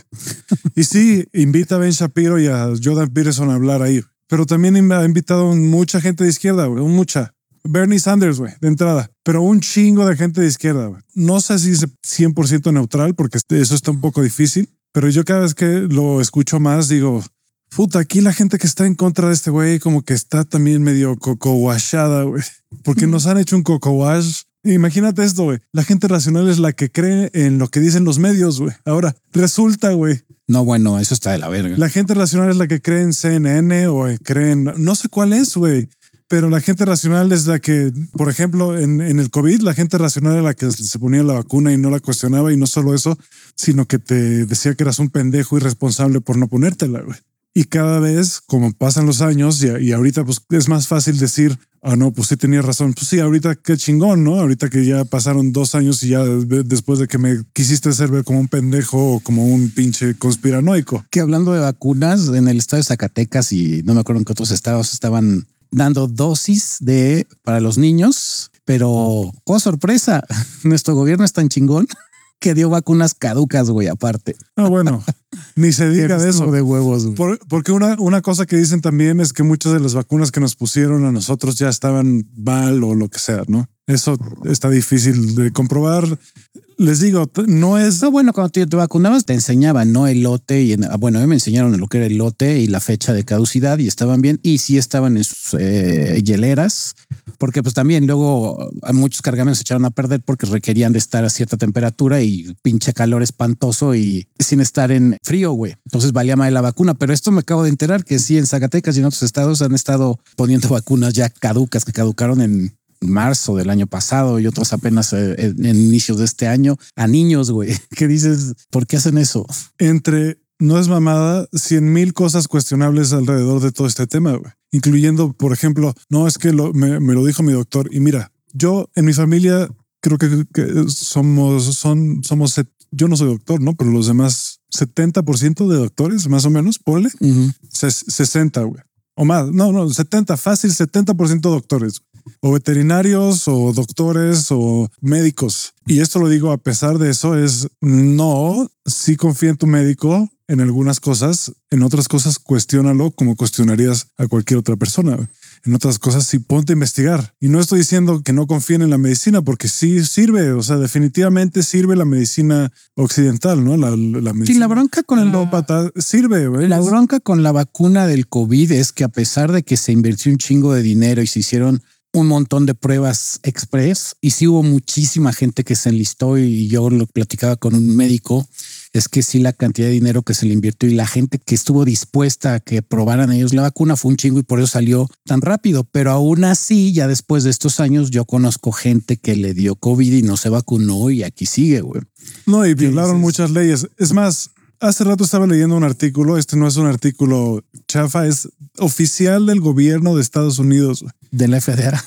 Y sí, invita a Ben Shapiro y a Jordan Peterson a hablar ahí. Pero también ha invitado a mucha gente de izquierda, güey, mucha. Bernie Sanders, güey, de entrada, pero un chingo de gente de izquierda, güey. No sé si es cien por ciento neutral porque eso está un poco difícil, pero yo cada vez que lo escucho más digo, puta, aquí la gente que está en contra de este güey como que está también medio coco-washada, güey, porque nos han hecho un coco-wash. Imagínate esto, güey. La gente racional es la que cree en lo que dicen los medios, güey. Ahora, resulta, güey. No, bueno, eso está de la verga. La gente racional es la que cree en C N N o cree en... No sé cuál es, güey. Pero la gente racional es la que, por ejemplo, en, en el COVID, la gente racional era la que se ponía la vacuna y no la cuestionaba. Y no solo eso, sino que te decía que eras un pendejo irresponsable por no ponértela, güey. Y cada vez, como pasan los años y, y ahorita pues es más fácil decir, ah, no, pues sí tenía razón. Pues sí, ahorita qué chingón, ¿no? Ahorita que ya pasaron dos años y ya después de que me quisiste hacer ver como un pendejo o como un pinche conspiranoico. Que hablando de vacunas, en el estado de Zacatecas y no me acuerdo en qué otros estados estaban dando dosis de para los niños, pero oh sorpresa, nuestro gobierno es tan chingón que dio vacunas caducas, güey, aparte. Ah, bueno, ni se diga de eso. De huevos, güey. Por, porque una, una cosa que dicen también es que muchas de las vacunas que nos pusieron a nosotros ya estaban mal o lo que sea, ¿no? Eso está difícil de comprobar. Les digo, no es... No, bueno, cuando te, te vacunabas te enseñaban, ¿no? El lote y... En, bueno, a mí me enseñaron lo que era el lote y la fecha de caducidad y estaban bien. Y sí estaban en sus eh, hieleras, porque pues también luego a muchos cargamentos se echaron a perder porque requerían de estar a cierta temperatura y pinche calor espantoso y sin estar en frío, güey. Entonces valía más la vacuna. Pero esto me acabo de enterar que sí, en Zacatecas y en otros estados han estado poniendo vacunas ya caducas que caducaron en marzo del año pasado y otros apenas eh, en, en inicios de este año a niños, güey. ¿Qué dices? ¿Por qué hacen eso? Entre, no es mamada, cien mil cosas cuestionables alrededor de todo este tema, güey. Incluyendo, por ejemplo, no es que lo, me, me lo dijo mi doctor y mira, yo en mi familia creo que, que somos, son, somos, yo no soy doctor, ¿no? Pero los demás setenta por ciento de doctores, más o menos, ponle, uh-huh. sesenta, güey. O más, no, no, setenta, fácil, setenta por ciento doctores. O veterinarios o doctores o médicos. Y esto lo digo a pesar de eso, es no, sí confía en tu médico en algunas cosas, en otras cosas cuestiónalo como cuestionarías a cualquier otra persona. En otras cosas sí ponte a investigar. Y no estoy diciendo que no confíen en la medicina porque sí sirve, o sea, definitivamente sirve la medicina occidental, ¿no? La, la medicina. Sí, la bronca con la sirve. ¿Ves? La bronca con la vacuna del COVID es que a pesar de que se invirtió un chingo de dinero y se hicieron un montón de pruebas express y sí hubo muchísima gente que se enlistó y yo lo platicaba con un médico. Es que sí, la cantidad de dinero que se le invirtió y la gente que estuvo dispuesta a que probaran ellos la vacuna fue un chingo y por eso salió tan rápido. Pero aún así, ya después de estos años, yo conozco gente que le dio COVID y no se vacunó y aquí sigue, güey. No, y violaron muchas leyes. Es más, hace rato estaba leyendo un artículo. Este no es un artículo chafa, es oficial del gobierno de Estados Unidos. De la F D A.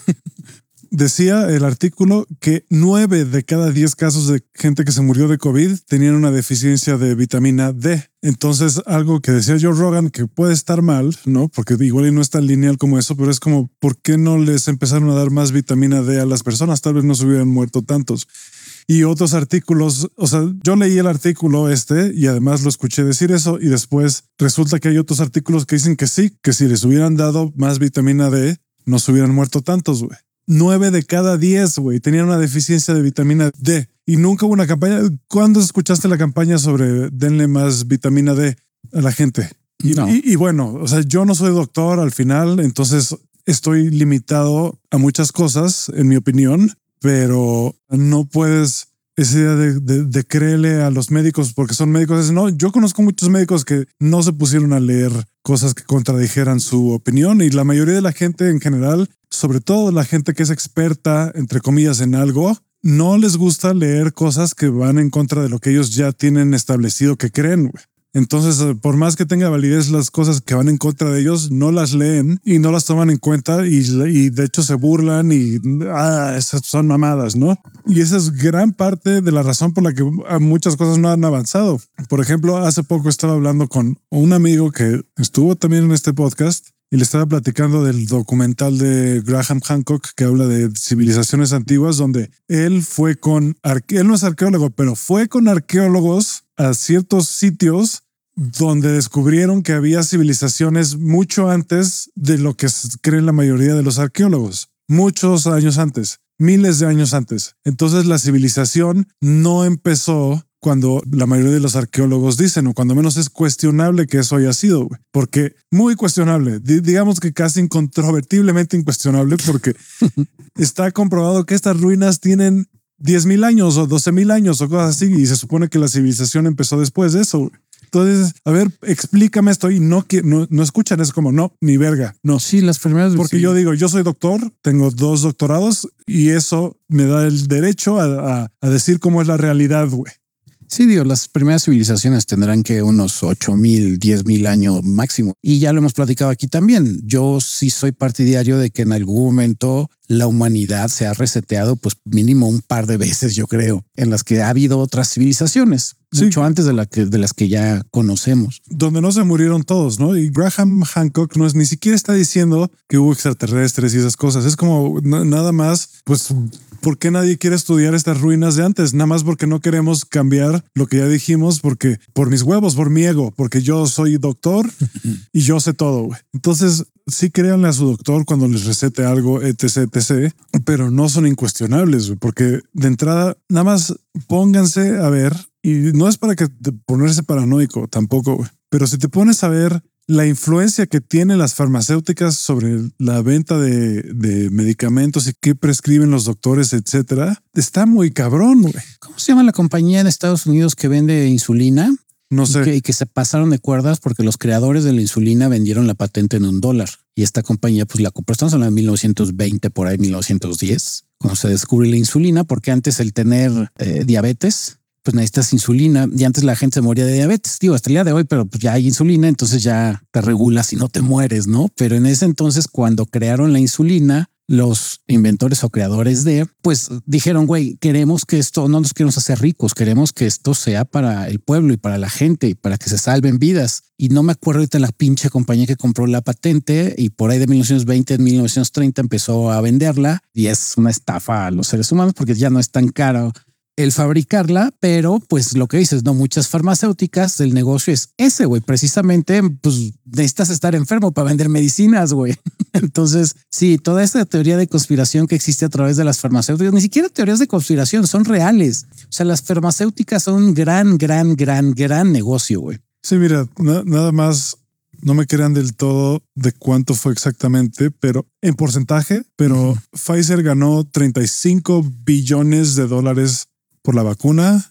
Decía el artículo que nueve de cada diez casos de gente que se murió de COVID tenían una deficiencia de vitamina D. Entonces, algo que decía Joe Rogan que puede estar mal, ¿no? Porque igual y no es tan lineal como eso, pero es como, ¿por qué no les empezaron a dar más vitamina D a las personas? Tal vez no se hubieran muerto tantos. Y otros artículos, o sea, yo leí el artículo este y además lo escuché decir eso y después resulta que hay otros artículos que dicen que sí, que si les hubieran dado más vitamina D, no se hubieran muerto tantos, güey. Nueve de cada diez, güey, tenían una deficiencia de vitamina D y nunca hubo una campaña. ¿Cuándo escuchaste la campaña sobre denle más vitamina D a la gente? Y, no. y, y bueno, o sea, yo no soy doctor al final, entonces estoy limitado a muchas cosas, en mi opinión, pero no puedes esa idea de, de, de creerle a los médicos porque son médicos. No, yo conozco muchos médicos que no se pusieron a leer cosas que contradijeran su opinión y la mayoría de la gente en general, sobre todo la gente que es experta, entre comillas, en algo, no les gusta leer cosas que van en contra de lo que ellos ya tienen establecido que creen. Entonces, por más que tenga validez las cosas que van en contra de ellos, no las leen y no las toman en cuenta y, y de hecho se burlan y ah, esas son mamadas, ¿no? Y esa es gran parte de la razón por la que muchas cosas no han avanzado. Por ejemplo, hace poco estaba hablando con un amigo que estuvo también en este podcast y le estaba platicando del documental de Graham Hancock que habla de civilizaciones antiguas, donde él fue con, él no es arqueólogo, pero fue con arqueólogos a ciertos sitios donde descubrieron que había civilizaciones mucho antes de lo que creen la mayoría de los arqueólogos, muchos años antes, miles de años antes. Entonces la civilización no empezó cuando la mayoría de los arqueólogos dicen, o cuando menos es cuestionable que eso haya sido, güey. Porque muy cuestionable, D- digamos que casi incontrovertiblemente incuestionable, porque está comprobado que estas ruinas tienen diez mil años o doce mil años o cosas así, y se supone que la civilización empezó después de eso, güey. Entonces, a ver, explícame esto y no, no, no escuchan, es como, no, ni verga, no. Sí, las primeras. Porque sí. yo digo, yo soy doctor, tengo dos doctorados y eso me da el derecho a, a, a decir cómo es la realidad, güey. Sí, digo, las primeras civilizaciones tendrán que unos ocho mil, diez mil años máximo. Y ya lo hemos platicado aquí también. Yo sí soy partidario de que en algún momento la humanidad se ha reseteado, pues mínimo un par de veces, yo creo, en las que ha habido otras civilizaciones, sí, mucho antes de, la que, de las que ya conocemos. Donde no se murieron todos, ¿no? Y Graham Hancock no es ni siquiera está diciendo que hubo extraterrestres y esas cosas. Es como nada más, pues, ¿por qué nadie quiere estudiar estas ruinas de antes? Nada más porque no queremos cambiar lo que ya dijimos, porque por mis huevos, por mi ego, porque yo soy doctor y yo sé todo, güey. Entonces, sí créanle a su doctor cuando les recete algo, etc, etc, pero no son incuestionables, güey, porque de entrada nada más pónganse a ver, y no es para que te ponerse paranoico tampoco, güey, pero si te pones a ver la influencia que tienen las farmacéuticas sobre la venta de, de medicamentos y qué prescriben los doctores, etcétera, está muy cabrón, güey. ¿Cómo se llama la compañía en Estados Unidos que vende insulina? No sé. Y que, y que se pasaron de cuerdas porque los creadores de la insulina vendieron la patente en un dólar. Y esta compañía, pues la compró, estamos hablando de mil novecientos veinte, por ahí mil novecientos diez, cuando se descubre la insulina, porque antes el tener eh, diabetes, pues necesitas insulina y antes la gente se moría de diabetes, digo, hasta el día de hoy, pero pues ya hay insulina, entonces ya te regulas y no te mueres, ¿no? Pero en ese entonces, cuando crearon la insulina, los inventores o creadores de, pues dijeron, güey, queremos que esto, no nos queremos hacer ricos, queremos que esto sea para el pueblo y para la gente y para que se salven vidas. Y no me acuerdo ahorita la pinche compañía que compró la patente y por ahí de mil novecientos veinte, en mil novecientos treinta empezó a venderla y es una estafa a los seres humanos porque ya no es tan caro el fabricarla, pero pues lo que dices, no, muchas farmacéuticas, el negocio es ese, güey, precisamente, pues necesitas estar enfermo para vender medicinas, güey. Entonces, sí, toda esta teoría de conspiración que existe a través de las farmacéuticas, ni siquiera teorías de conspiración, son reales. O sea, las farmacéuticas son un gran, gran, gran, gran negocio, güey. Sí, mira, na- nada más No me crean del todo de cuánto fue exactamente, pero en porcentaje, pero uh-huh. Pfizer ganó treinta y cinco billones de dólares por la vacuna.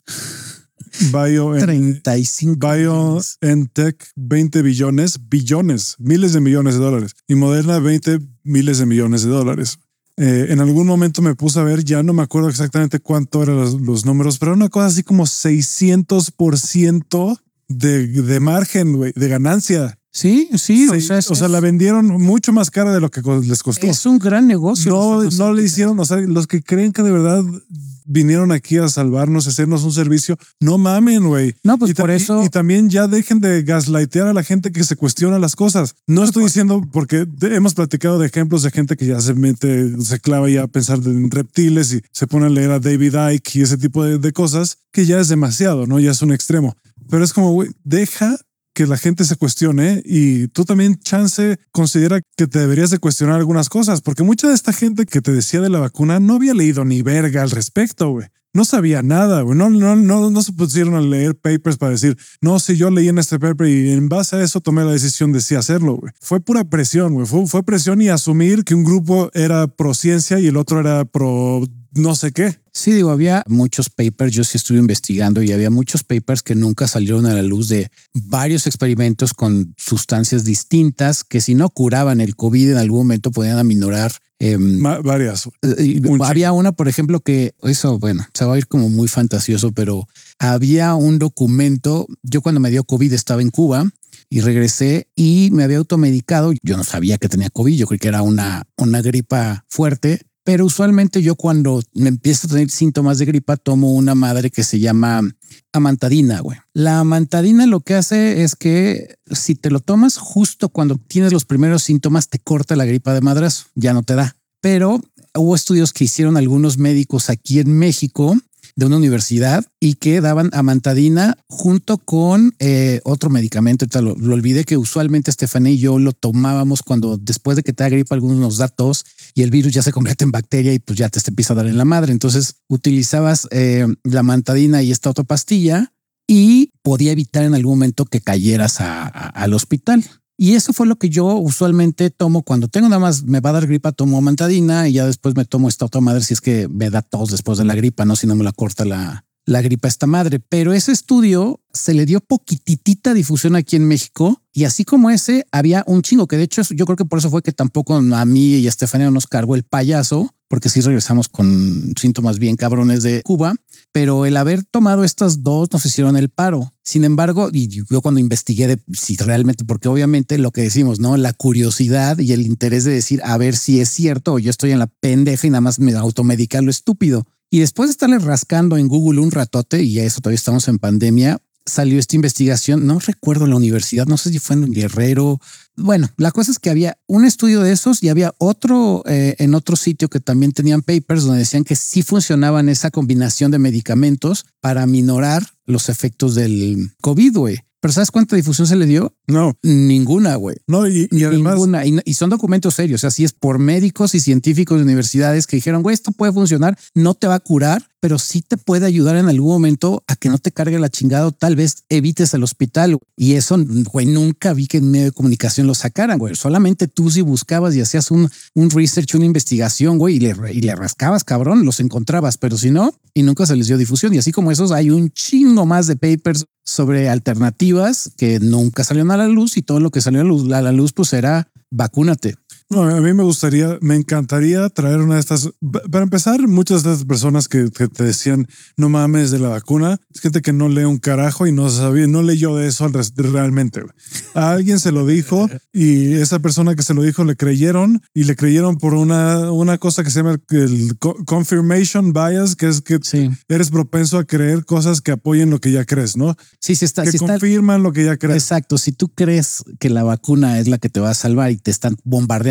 Bio treinta y cinco BioNTech veinte billones, billones, miles de millones de dólares. Y Moderna veinte miles de millones de dólares. Eh, en algún momento me puse a ver, ya no me acuerdo exactamente cuánto eran los, los números, pero una cosa así como seiscientos por ciento de, de margen, güey, de ganancia. Sí, sí. sí o, sea, o sea, la vendieron mucho más cara de lo que les costó. Es un gran negocio. No, no, no le hicieron, o sea, los que creen que de verdad vinieron aquí a salvarnos, a hacernos un servicio, no mamen, güey. No, pues y por eso. Y, y también ya dejen de gaslightear a la gente que se cuestiona las cosas. No estoy pues, diciendo, porque hemos platicado de ejemplos de gente que ya se mete, se clava ya a pensar en reptiles y se pone a leer a David Icke y ese tipo de, de cosas, que ya es demasiado, ¿no? Ya es un extremo. Pero es como, güey, deja que la gente se cuestione y tú también, chance, considera que te deberías de cuestionar algunas cosas, porque mucha de esta gente que te decía de la vacuna no había leído ni verga al respecto, güey. No sabía nada, güey. No, no, no, no se pusieron a leer papers para decir, no, si yo leí en este paper y en base a eso tomé la decisión de sí hacerlo, güey. Fue pura presión, güey. Fue, fue presión y asumir que un grupo era pro ciencia y el otro era pro no sé qué. Sí, digo, había muchos papers, yo sí estuve investigando y había muchos papers que nunca salieron a la luz de varios experimentos con sustancias distintas que si no curaban el COVID en algún momento podían aminorar. Eh, Ma- varias. Eh, había una, por ejemplo, que eso, bueno, se va a ir como muy fantasioso, pero había un documento, yo cuando me dio COVID estaba en Cuba y regresé y me había automedicado. Yo no sabía que tenía COVID, yo creí que era una, una gripa fuerte. Pero usualmente yo cuando me empiezo a tener síntomas de gripa tomo una madre que se llama amantadina, güey. La amantadina lo que hace es que si te lo tomas justo cuando tienes los primeros síntomas te corta la gripa de madrazo, ya no te da. Pero hubo estudios que hicieron algunos médicos aquí en México de una universidad y que daban amantadina junto con eh, otro medicamento. Lo, lo olvidé que usualmente Estefanía y yo lo tomábamos cuando después de que te da gripa algunos nos da tos y el virus ya se convierte en bacteria y pues ya te, te empieza a dar en la madre. Entonces utilizabas eh, la amantadina y esta otra pastilla y podía evitar en algún momento que cayeras a, a, al hospital. Y eso fue lo que yo usualmente tomo cuando tengo nada más me va a dar gripa, tomo amantadina y ya después me tomo esta otra madre si es que me da tos después de la gripa, no si no me la corta la, la gripa esta madre. Pero ese estudio se le dio poquititita difusión aquí en México y así como ese había un chingo que de hecho yo creo que por eso fue que tampoco a mí y a Estefanía nos cargó el payaso, porque sí regresamos con síntomas bien cabrones de Cuba, pero el haber tomado estas dos nos hicieron el paro. Sin embargo, y yo cuando investigué de si realmente, porque obviamente lo que decimos, ¿no? La curiosidad y el interés de decir a ver si es cierto o yo estoy en la pendeja y nada más me automedica lo estúpido. Y después de estarle rascando en Google un ratote, y a eso todavía estamos en pandemia, salió esta investigación. No recuerdo la universidad, no sé si fue en Guerrero. Bueno, la cosa es que había un estudio de esos y había otro eh, en otro sitio que también tenían papers donde decían que sí funcionaban esa combinación de medicamentos para minorar los efectos del COVID, güey. Pero ¿sabes cuánta difusión se le dio? No. Ninguna, güey. No, y, y además... Ninguna. Y, y son documentos serios. O sea, sí es por médicos y científicos de universidades que dijeron, güey, esto puede funcionar, no te va a curar, pero sí te puede ayudar en algún momento a que no te cargue la chingada o tal vez evites el hospital. Y eso, güey, nunca vi que en medio de comunicación lo sacaran, güey. Solamente tú si buscabas y hacías un, un research, una investigación, güey, y le, y le rascabas, cabrón, los encontrabas, pero si no, y nunca se les dio difusión. Y así como esos, hay un chingo más de papers sobre alternativas que nunca salieron a la luz y todo lo que salió a la luz, a la luz pues era vacúnate. No, a mí me gustaría, me encantaría traer una de estas. Para empezar, muchas de estas personas que, que te decían no mames de la vacuna, es gente que no lee un carajo y no sabía, no leyó de eso realmente. A alguien se lo dijo y esa persona que se lo dijo le creyeron y le creyeron por una, una cosa que se llama el confirmation bias, que es que sí. Eres propenso a creer cosas que apoyen lo que ya crees, ¿no? Sí, sí está. Que sí confirman está, lo que ya crees. Exacto. Si tú crees que la vacuna es la que te va a salvar y te están bombardeando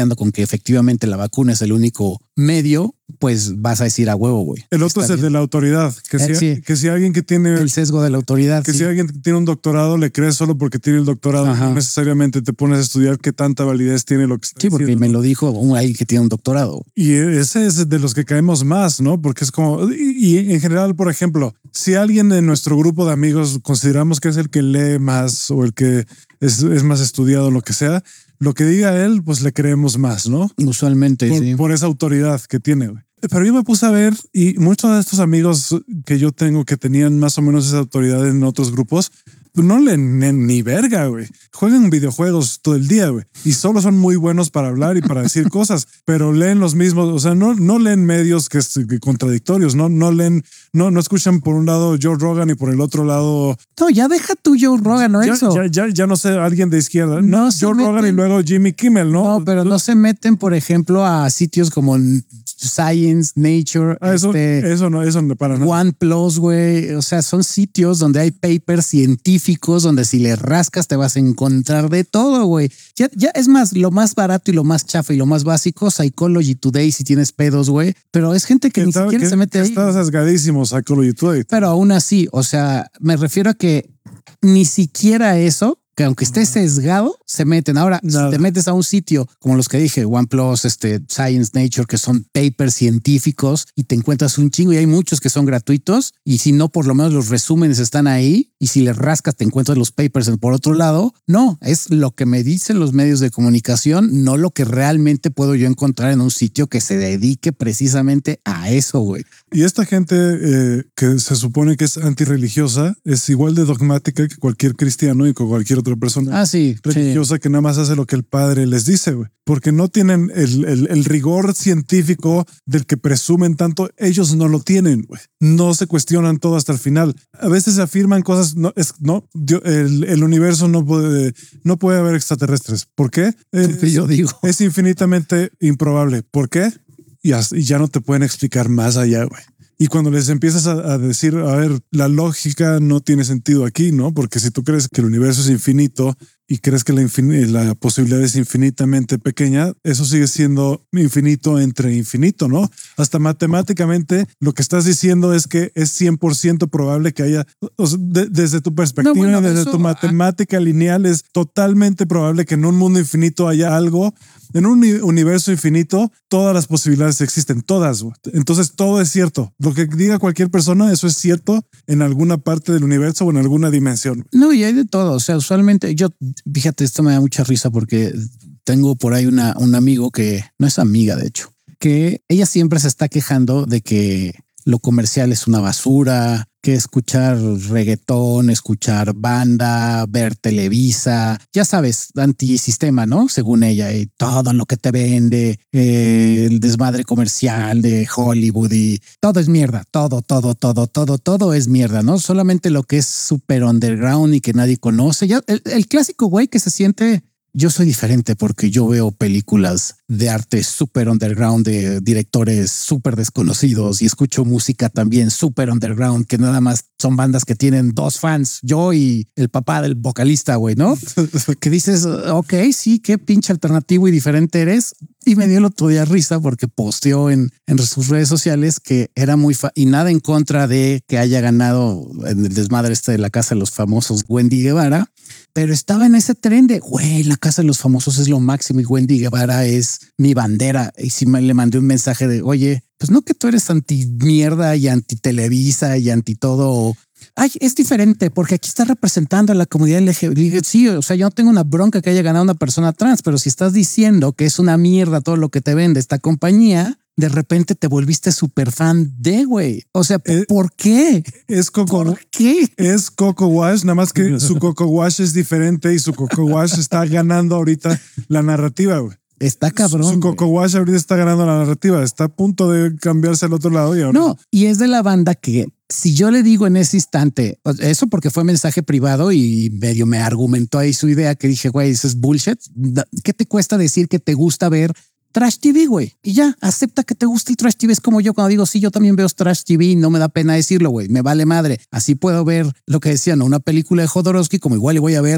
peleando con que efectivamente la vacuna es el único medio, pues vas a decir a huevo, güey. El otro es el bien. de la autoridad, que, eh, si, sí. que si alguien que tiene... El sesgo de la autoridad. Que sí. si alguien que tiene un doctorado le crees solo porque tiene el doctorado, Ajá. no necesariamente te pones a estudiar qué tanta validez tiene lo que está Sí, porque diciendo. me lo dijo un alguien que tiene un doctorado. Y ese es de los que caemos más, ¿no? Porque es como... Y, y en general, por ejemplo, si alguien de nuestro grupo de amigos consideramos que es el que lee más o el que es, es más estudiado, lo que sea, lo que diga él, pues le creemos más, ¿no? Usualmente, por, sí. Por esa autoridad que tiene, güey. Pero yo me puse a ver y muchos de estos amigos que yo tengo que tenían más o menos esa autoridad en otros grupos, no leen ni, ni verga, güey. Juegan videojuegos todo el día, güey. Y solo son muy buenos para hablar y para decir cosas, pero leen los mismos, o sea, no, no leen medios que, que contradictorios, no, no leen, no, no escuchan por un lado Joe Rogan y por el otro lado... No, ya deja tú Joe Rogan, ¿no? Ya, eso. Ya, ya, ya no sé, alguien de izquierda. No Joe Rogan meten. Y luego Jimmy Kimmel, ¿no? No, pero no se meten, por ejemplo, a sitios como Science, Nature, ah, eso, este, eso no, eso no para nada. OnePlus, güey. O sea, son sitios donde hay papers científicos, donde si le rascas te vas a encontrar de todo, güey. Ya, ya es más, lo más barato y lo más chafa y lo más básico, Psychology Today, si tienes pedos, güey. Pero es gente que, que ni está, siquiera que, se mete ahí. Estás sesgadísimo, Psychology Today. Pero aún así, o sea, me refiero a que ni siquiera eso, que aunque esté sesgado, se meten. Ahora, Nada. si te metes a un sitio como los que dije, OnePlus, este, Science, Nature, que son papers científicos y te encuentras un chingo y hay muchos que son gratuitos y si no, por lo menos los resúmenes están ahí y si le rascas te encuentras los papers por otro lado. No, es lo que me dicen los medios de comunicación, no lo que realmente puedo yo encontrar en un sitio que se dedique precisamente a eso, güey. Y esta gente eh, que se supone que es antirreligiosa es igual de dogmática que cualquier cristiano y con cualquier otra persona ah, sí, religiosa sí. que nada más hace lo que el padre les dice, güey. Porque no tienen el, el, el rigor científico del que presumen tanto. Ellos no lo tienen, güey. No se cuestionan todo hasta el final. A veces afirman cosas, no, es, no el, el universo no puede, no puede haber extraterrestres. ¿Por qué? Porque es, yo digo. Es infinitamente improbable. ¿Por qué? Y, y ya no te pueden explicar más allá, güey. Y cuando les empiezas a, a decir, a ver, la lógica no tiene sentido aquí, ¿no? Porque si tú crees que el universo es infinito y crees que la, infin- la posibilidad es infinitamente pequeña, eso sigue siendo infinito entre infinito, ¿no? Hasta matemáticamente lo que estás diciendo es que es cien por ciento probable que haya, o sea, de, desde tu perspectiva, no, bueno, desde eso, tu matemática ah. lineal, es totalmente probable que en un mundo infinito haya algo. En un universo infinito, todas las posibilidades existen, todas. Entonces todo es cierto. Lo que diga cualquier persona, eso es cierto en alguna parte del universo o en alguna dimensión. No, y hay de todo. O sea, usualmente yo, fíjate, esto me da mucha risa porque tengo por ahí una, un amigo que no es amiga, de hecho, que ella siempre se está quejando de que lo comercial es una basura, que escuchar reggaetón, escuchar banda, ver Televisa, ya sabes, antisistema, ¿no? Según ella, y todo lo que te vende, eh, el desmadre comercial de Hollywood y todo es mierda, todo, todo, todo, todo, todo es mierda, ¿no? Solamente lo que es súper underground y que nadie conoce. Ya el, el clásico güey que se siente... Yo soy diferente porque yo veo películas de arte súper underground de directores súper desconocidos y escucho música también súper underground que nada más son bandas que tienen dos fans, yo y el papá del vocalista, güey, ¿no? Que dices, ok, sí, qué pinche alternativo y diferente eres. Y me dio el otro día risa porque posteó en, en sus redes sociales que era muy fa y nada en contra de que haya ganado en el desmadre este de la Casa de los Famosos Wendy Guevara, pero estaba en ese tren de, güey, la Casa de los Famosos es lo máximo y Wendy Guevara es mi bandera. Y si me le mandé un mensaje de, oye, pues no que tú eres anti mierda y anti Televisa y anti todo. Ay, es diferente porque aquí está representando a la comunidad L G B T. Sí, o sea, yo no tengo una bronca que haya ganado una persona trans, pero si estás diciendo que es una mierda todo lo que te vende esta compañía, de repente te volviste súper fan de, güey. O sea, eh, ¿por qué? Es Coco. ¿Por qué? Es Coco Wash, nada más que su Coco Wash es diferente y su Coco Wash está ganando ahorita la narrativa, güey. Está cabrón. Su, su Coco Wash ahorita está ganando la narrativa. Está a punto de cambiarse al otro lado. Y ahora... No, y es de la banda que si yo le digo en ese instante, eso porque fue mensaje privado y medio me argumentó ahí su idea que dije, güey, eso es bullshit. ¿Qué te cuesta decir que te gusta ver Trash T V, güey? Y ya, acepta que te gusta y Trash T V es como yo cuando digo, sí, yo también veo Trash T V y no me da pena decirlo, güey, me vale madre. Así puedo ver lo que decían, ¿no? Una película de Jodorowsky como igual y voy a ver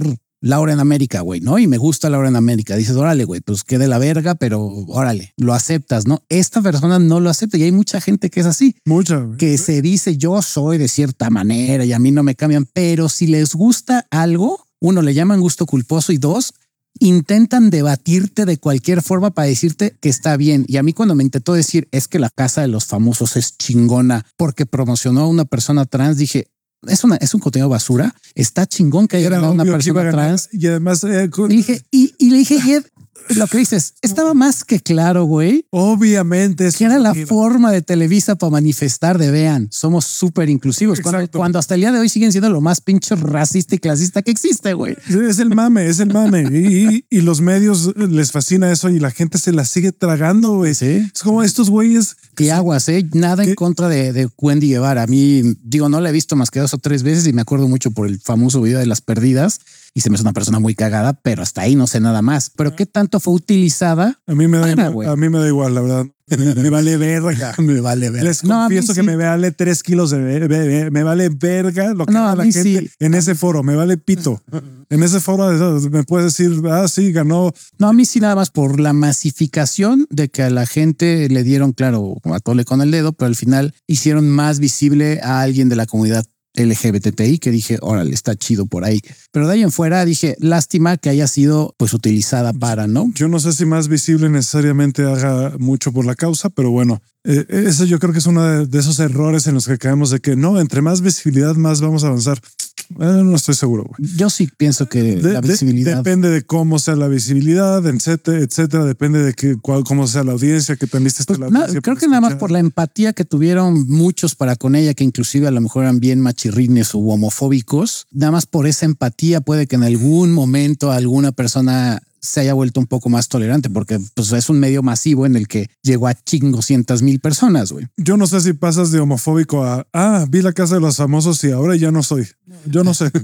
Laura en América, güey, ¿no? Y me gusta Laura en América. Dices, órale, güey, pues qué de la verga, pero órale, lo aceptas, ¿no? Esta persona no lo acepta y hay mucha gente que es así. Mucha, güey. Que se dice yo soy de cierta manera y a mí no me cambian, pero si les gusta algo, uno, le llaman gusto culposo y dos, intentan debatirte de cualquier forma para decirte que está bien. Y a mí cuando me intentó decir es que la casa de los famosos es chingona porque promocionó a una persona trans, dije, es una, es un contenido basura. Está chingón que haya ganado una persona trans. Y además, eh, y, dije, y, y le dije, Ed, lo que dices estaba más que claro, güey. Obviamente es que era la forma de Televisa para manifestar de vean, somos súper inclusivos cuando, cuando hasta el día de hoy siguen siendo lo más pinche racista y clasista que existe, güey. Es el mame, es el mame. Y, y, y los medios les fascina eso y la gente se la sigue tragando, güey. Sí. Es como estos güeyes. Qué aguas, eh. Nada ¿Qué? En contra de, de Wendy Guevara. A mí, digo, no la he visto más que dos o tres veces y me acuerdo mucho por el famoso video de las perdidas. Y se me hace una persona muy cagada, pero hasta ahí no sé nada más. Pero qué tanto fue utilizada. A mí me da, para, igual, a mí me da igual, la verdad. Me vale verga. Me vale verga. Les confieso no, que sí. me vale tres kilos de verga. Me vale verga lo que no, la gente sí. en ese foro. Me vale pito. En ese foro me puedes decir, ah, sí, ganó. No, a mí sí, nada más por la masificación de que a la gente le dieron, claro, a tole con el dedo, pero al final hicieron más visible a alguien de la comunidad L G B T T I que dije, órale, está chido por ahí. Pero de ahí en fuera dije, lástima que haya sido pues utilizada para, ¿no? Yo no sé si más visible necesariamente haga mucho por la causa, pero bueno, eh, eso yo creo que es uno de, de esos errores en los que caemos de que no, entre más visibilidad más vamos a avanzar. Eh, no estoy seguro, güey. Yo sí pienso que de, la visibilidad... De, depende de cómo sea la visibilidad, etcétera, etcétera. Depende de que, cuál, cómo sea la audiencia, que tan lista esté pues la na, audiencia. Creo que escuchar. Nada más por la empatía que tuvieron muchos para con ella, que inclusive a lo mejor eran bien machirrines u homofóbicos. Nada más por esa empatía puede que en algún momento alguna persona se haya vuelto un poco más tolerante, porque pues, es un medio masivo en el que llegó a chingoscientas mil personas, güey. Yo no sé si pasas de homofóbico a, ah, vi La Casa de los Famosos y ahora ya no soy. Yo no sé.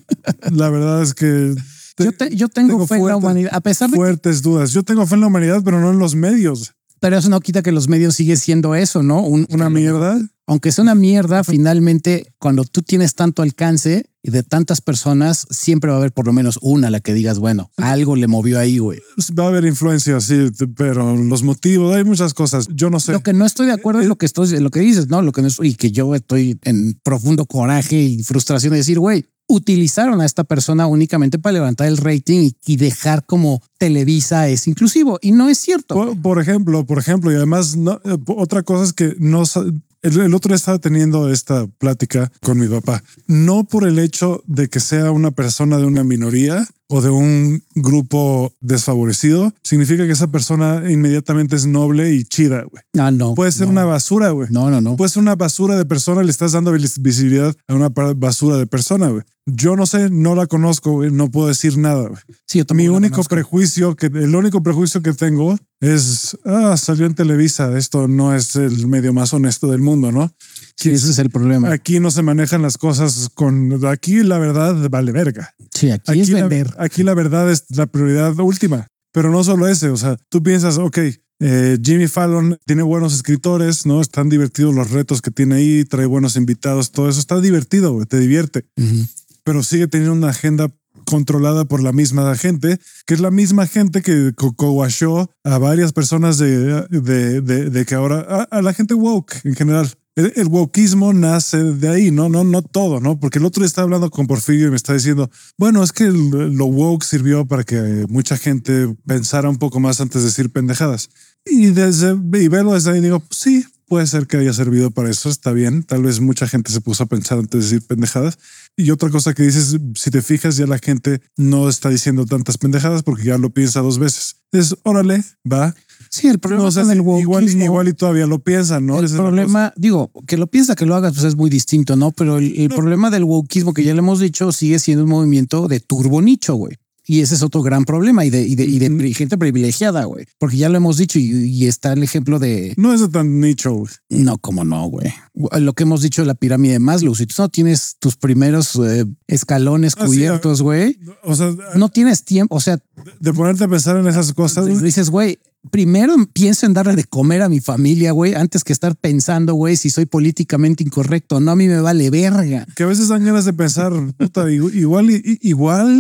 La verdad es que... Te, yo, te, yo tengo, tengo fe fuertes, en la humanidad, a pesar de fuertes que, dudas. Yo tengo fe en la humanidad, pero no en los medios. Pero eso no quita que los medios sigue siendo eso, ¿no? Un, una mierda. Aunque es una mierda, finalmente, cuando tú tienes tanto alcance y de tantas personas, siempre va a haber por lo menos una a la que digas, bueno, algo le movió ahí, güey. Va a haber influencia, sí, pero los motivos, hay muchas cosas. Yo no sé. Lo que no estoy de acuerdo es lo que estoy, lo que dices, ¿no? Lo que no estoy, y que yo estoy en profundo coraje y frustración de decir, güey, utilizaron a esta persona únicamente para levantar el rating y, y dejar como Televisa es inclusivo. Y no es cierto. Por, por ejemplo, por ejemplo, y además no, otra cosa es que no... El, el otro día estaba teniendo esta plática con mi papá, no por el hecho de que sea una persona de una minoría o de un grupo desfavorecido, significa que esa persona inmediatamente es noble y chida, güey. Ah, no. Puede ser no. una basura, güey. No, no, no. Puede ser una basura de persona, le estás dando visibilidad a una basura de persona, güey. Yo no sé, no la conozco, güey, no puedo decir nada, güey. Sí, yo Mi único conozco. prejuicio, que el único prejuicio que tengo es, ah, salió en Televisa, esto no es el medio más honesto del mundo, ¿no? Sí, ese es el problema. Aquí no se manejan las cosas con... Aquí la verdad vale verga. Sí, aquí, aquí es vender. La, aquí la verdad es la prioridad última. Pero no solo ese, o sea, tú piensas, ok, eh, Jimmy Fallon tiene buenos escritores, ¿no? Están divertidos los retos que tiene ahí, trae buenos invitados, todo eso está divertido, güey, te divierte. Uh-huh. Pero sigue teniendo una agenda controlada por la misma gente, que es la misma gente que coguachó a varias personas de, de, de, de que ahora, a, a la gente woke en general. El, el wokeismo nace de ahí, no, no, no todo, ¿no? Porque el otro día estaba hablando con Porfirio y me está diciendo, bueno, es que el, lo woke sirvió para que mucha gente pensara un poco más antes de decir pendejadas. Y desde y verlo desde ahí digo, pues sí, puede ser que haya servido para eso, está bien. Tal vez mucha gente se puso a pensar antes de decir pendejadas. Y otra cosa que dices, si te fijas, ya la gente no está diciendo tantas pendejadas porque ya lo piensa dos veces. Es, órale, va. Sí, el problema no, o sea, es el igual, igual y todavía lo piensan, ¿no? El es problema, digo, que lo piensa, que lo hagas, pues es muy distinto, ¿no? Pero el, el no. problema del wokeismo, que ya le hemos dicho, sigue siendo un movimiento de turbo nicho, güey. Y ese es otro gran problema y de, y de, y de mm. gente privilegiada, güey. Porque ya lo hemos dicho y, y está el ejemplo de... No es tan nicho, güey. No, cómo no, güey. Lo que hemos dicho de la pirámide de Maslow. Si tú no tienes tus primeros eh, escalones ah, cubiertos, güey, sí, o sea, no tienes tiempo. O sea... De, de ponerte a pensar en esas cosas. Dices, güey, primero pienso en darle de comer a mi familia, güey, antes que estar pensando, güey, si soy políticamente incorrecto. No, a mí me vale verga. Que a veces dan ganas de pensar, puta, igual, igual...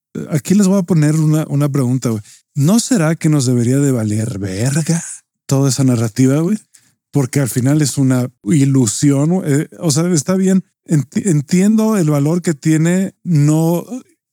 aquí les voy a poner una, una pregunta, güey. ¿No será que nos debería de valer verga toda esa narrativa, güey? Porque al final es una ilusión. Eh, o sea, está bien. Ent- entiendo el valor que tiene no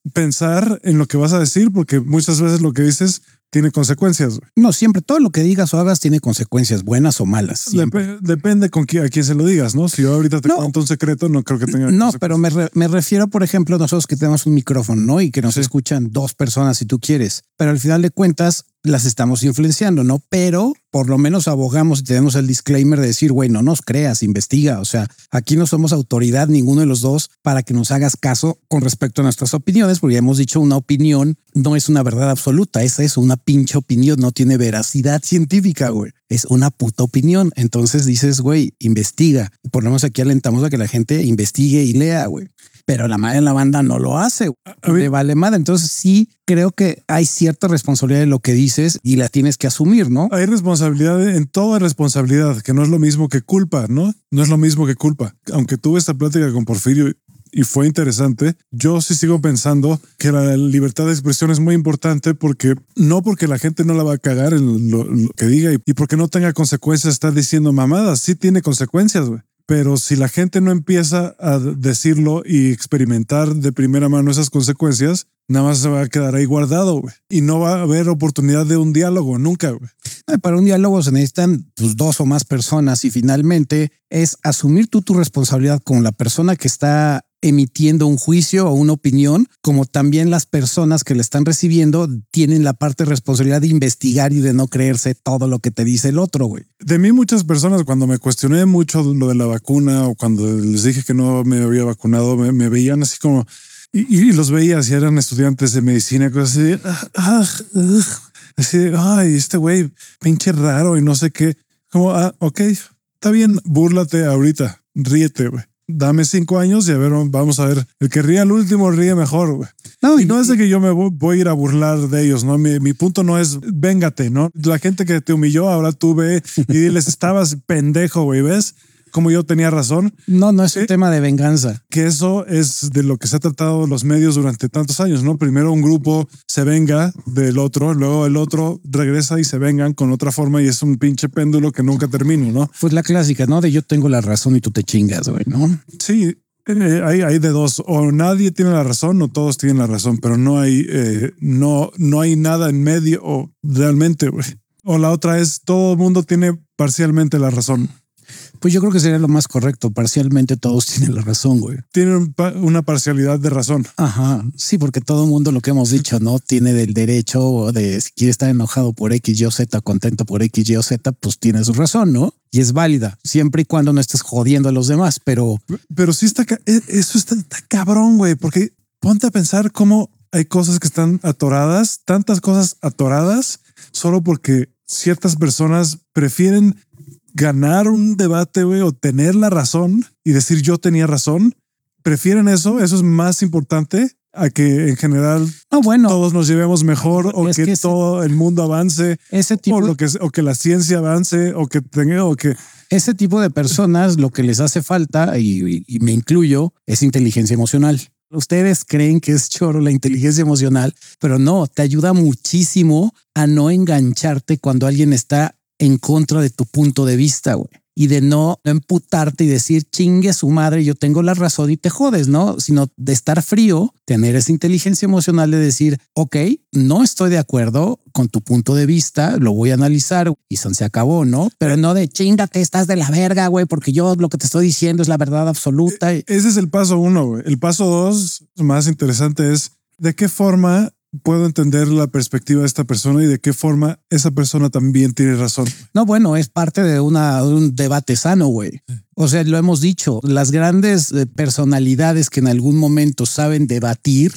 pensar en lo que vas a decir, porque muchas veces lo que dices tiene consecuencias. Güey. No, siempre todo lo que digas o hagas tiene consecuencias buenas o malas. Dep- depende con quién, a quién se lo digas, ¿no? Si yo ahorita te No. cuento un secreto, no creo que tenga. No, pero me, re- me refiero, por ejemplo, a nosotros que tenemos un micrófono, ¿no? Y que nos Sí. escuchan dos personas si tú quieres, pero al final de cuentas las estamos influenciando, ¿no? Pero por lo menos abogamos y tenemos el disclaimer de decir, güey, no nos creas, investiga. O sea, aquí no somos autoridad ninguno de los dos para que nos hagas caso con respecto a nuestras opiniones, porque ya hemos dicho, una opinión no es una verdad absoluta, es eso, una pinche opinión, no tiene veracidad científica, güey. Es una puta opinión. Entonces dices, güey, investiga. Por lo menos aquí alentamos a que la gente investigue y lea, güey. Pero la madre en la banda no lo hace. A mí- Le vale madre. Entonces sí creo que hay cierta responsabilidad de lo que dices y la tienes que asumir, ¿no? Hay responsabilidad en toda responsabilidad, que no es lo mismo que culpa, ¿no? No es lo mismo que culpa. Aunque tuve esta plática con Porfirio y fue interesante, yo sí sigo pensando que la libertad de expresión es muy importante, porque no porque la gente no la va a cagar en lo, lo que diga y, y porque no tenga consecuencias estar diciendo mamadas. Sí tiene consecuencias, güey. Pero si la gente no empieza a decirlo y experimentar de primera mano esas consecuencias, nada más se va a quedar ahí guardado, güey. Y no va a haber oportunidad de un diálogo, nunca, güey. Ay, para un diálogo se necesitan pues, dos o más personas y finalmente es asumir tú tu responsabilidad con la persona que está emitiendo un juicio o una opinión, como también las personas que le están recibiendo tienen la parte de responsabilidad de investigar y de no creerse todo lo que te dice el otro, güey. De mí muchas personas, cuando me cuestioné mucho lo de la vacuna o cuando les dije que no me había vacunado, me, me veían así como... Y, y los veía, si eran estudiantes de medicina, cosas así de... Ah, ah, ugh. Así de, ay, este güey, pinche raro y no sé qué. Como, ah, ok, está bien, búrlate ahorita, ríete, güey. Dame cinco años y a ver, vamos a ver. El que ríe al último ríe mejor, güey. No, Y no es de que yo me voy, voy a ir a burlar de ellos, ¿no? Mi, mi punto no es véngate, ¿no? La gente que te humilló, ahora tú ve y diles, estabas pendejo, güey, ¿ves? Como yo tenía razón. no, no es Sí. un tema de venganza. Que eso es de lo que se ha tratado los medios durante tantos años, ¿no? Primero un grupo se venga del otro, luego el otro regresa y se vengan con otra forma y es un pinche péndulo que nunca termina, ¿no? Pues la clásica, ¿no? De yo tengo la razón y tú te chingas, güey, ¿no? Sí, eh, hay, hay de dos, o nadie tiene la razón o todos tienen la razón, pero no hay, eh, no, no hay nada en medio o realmente, güey. O la otra es todo el mundo tiene parcialmente la razón. Pues yo creo que sería lo más correcto. Parcialmente todos tienen la razón, güey. Tienen pa- una parcialidad de razón. Ajá, sí, porque todo el mundo, lo que hemos dicho, ¿no? Tiene del derecho de si quiere estar enojado por X, Y o Z, contento por X, Y o Z, pues tiene su razón, ¿no? Y es válida, siempre y cuando no estés jodiendo a los demás, pero Pero sí está, ca- eh, eso está, está cabrón, güey, porque ponte a pensar cómo hay cosas que están atoradas, tantas cosas atoradas, solo porque ciertas personas prefieren ganar un debate, güey, o tener la razón y decir yo tenía razón. Prefieren eso. Eso es más importante a que en general no, bueno, todos nos llevemos mejor o Es que, que ese- todo el mundo avance ese o tipo, lo que o que la ciencia avance o que tenga o que ese tipo de personas lo que les hace falta, y, y- y me incluyo, es inteligencia emocional. Ustedes creen que es choro la inteligencia emocional, pero no, te ayuda muchísimo a no engancharte cuando alguien está en contra de tu punto de vista, güey. Y de no emputarte y decir chingue a su madre, yo tengo la razón y te jodes, ¿no? Sino de estar frío, tener esa inteligencia emocional de decir, ok, no estoy de acuerdo con tu punto de vista, lo voy a analizar y son se acabó, ¿no? Pero no de chingate, estás de la verga, güey, porque yo lo que te estoy diciendo es la verdad absoluta. ese es el paso uno, güey. El paso dos más interesante es de qué forma puedo entender la perspectiva de esta persona y de qué forma esa persona también tiene razón. No, bueno, es parte de una, un debate sano, güey. O sea, lo hemos dicho, las grandes eh, personalidades que en algún momento saben debatir,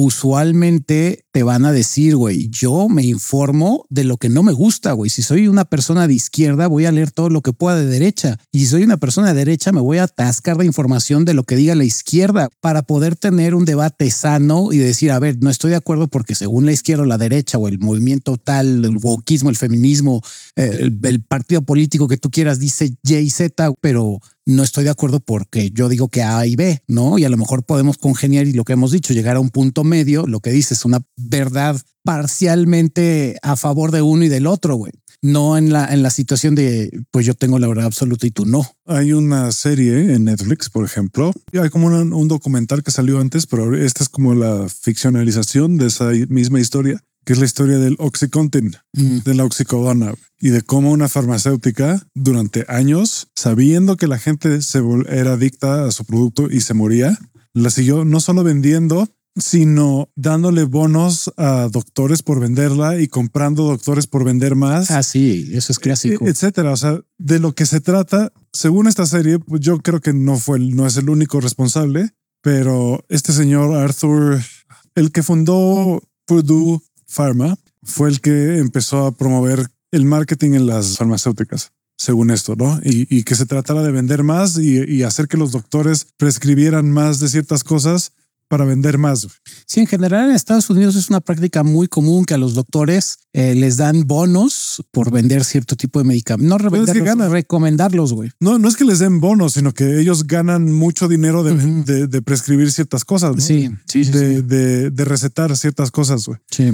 usualmente te van a decir, güey, yo me informo de lo que no me gusta, güey. Si soy una persona de izquierda, voy a leer todo lo que pueda de derecha. Y si soy una persona de derecha, me voy a atascar de información de lo que diga la izquierda para poder tener un debate sano y decir, a ver, no estoy de acuerdo porque según la izquierda o la derecha o el movimiento tal, el wokismo, el feminismo, eh, el, el partido político que tú quieras dice Y, Z, pero no estoy de acuerdo porque yo digo que A y B, ¿no? Y a lo mejor podemos congeniar y lo que hemos dicho, llegar a un punto medio, lo que dices, una verdad parcialmente a favor de uno y del otro, güey. No en la, en la situación de, pues yo tengo la verdad absoluta y tú no. Hay una serie en Netflix, por ejemplo, y hay como una, un documental que salió antes, pero esta es como la ficcionalización de esa misma historia, que es la historia del OxyContin, mm. de la oxicodona, y de cómo una farmacéutica durante años, sabiendo que la gente se era adicta a su producto y se moría, la siguió no solo vendiendo, sino dándole bonos a doctores por venderla y comprando doctores por vender más. Ah, sí, eso es clásico. Etcétera. O sea, de lo que se trata, según esta serie, pues yo creo que no fue, no es el único responsable, pero este señor Arthur, el que fundó Purdue Pharma, fue el que empezó a promover el marketing en las farmacéuticas, según esto, ¿no? Y, y que se tratara de vender más y, y hacer que los doctores prescribieran más de ciertas cosas para vender más. Sí, en general en Estados Unidos es una práctica muy común que a los doctores eh, les dan bonos por vender cierto tipo de medicamentos. No revenderlos, es que ganan. recomendarlos, güey. No, no es que les den bonos, sino que ellos ganan mucho dinero de, uh-huh. de, de prescribir ciertas cosas, ¿no? Sí, sí, sí. De, sí. de, de recetar ciertas cosas, güey. Sí.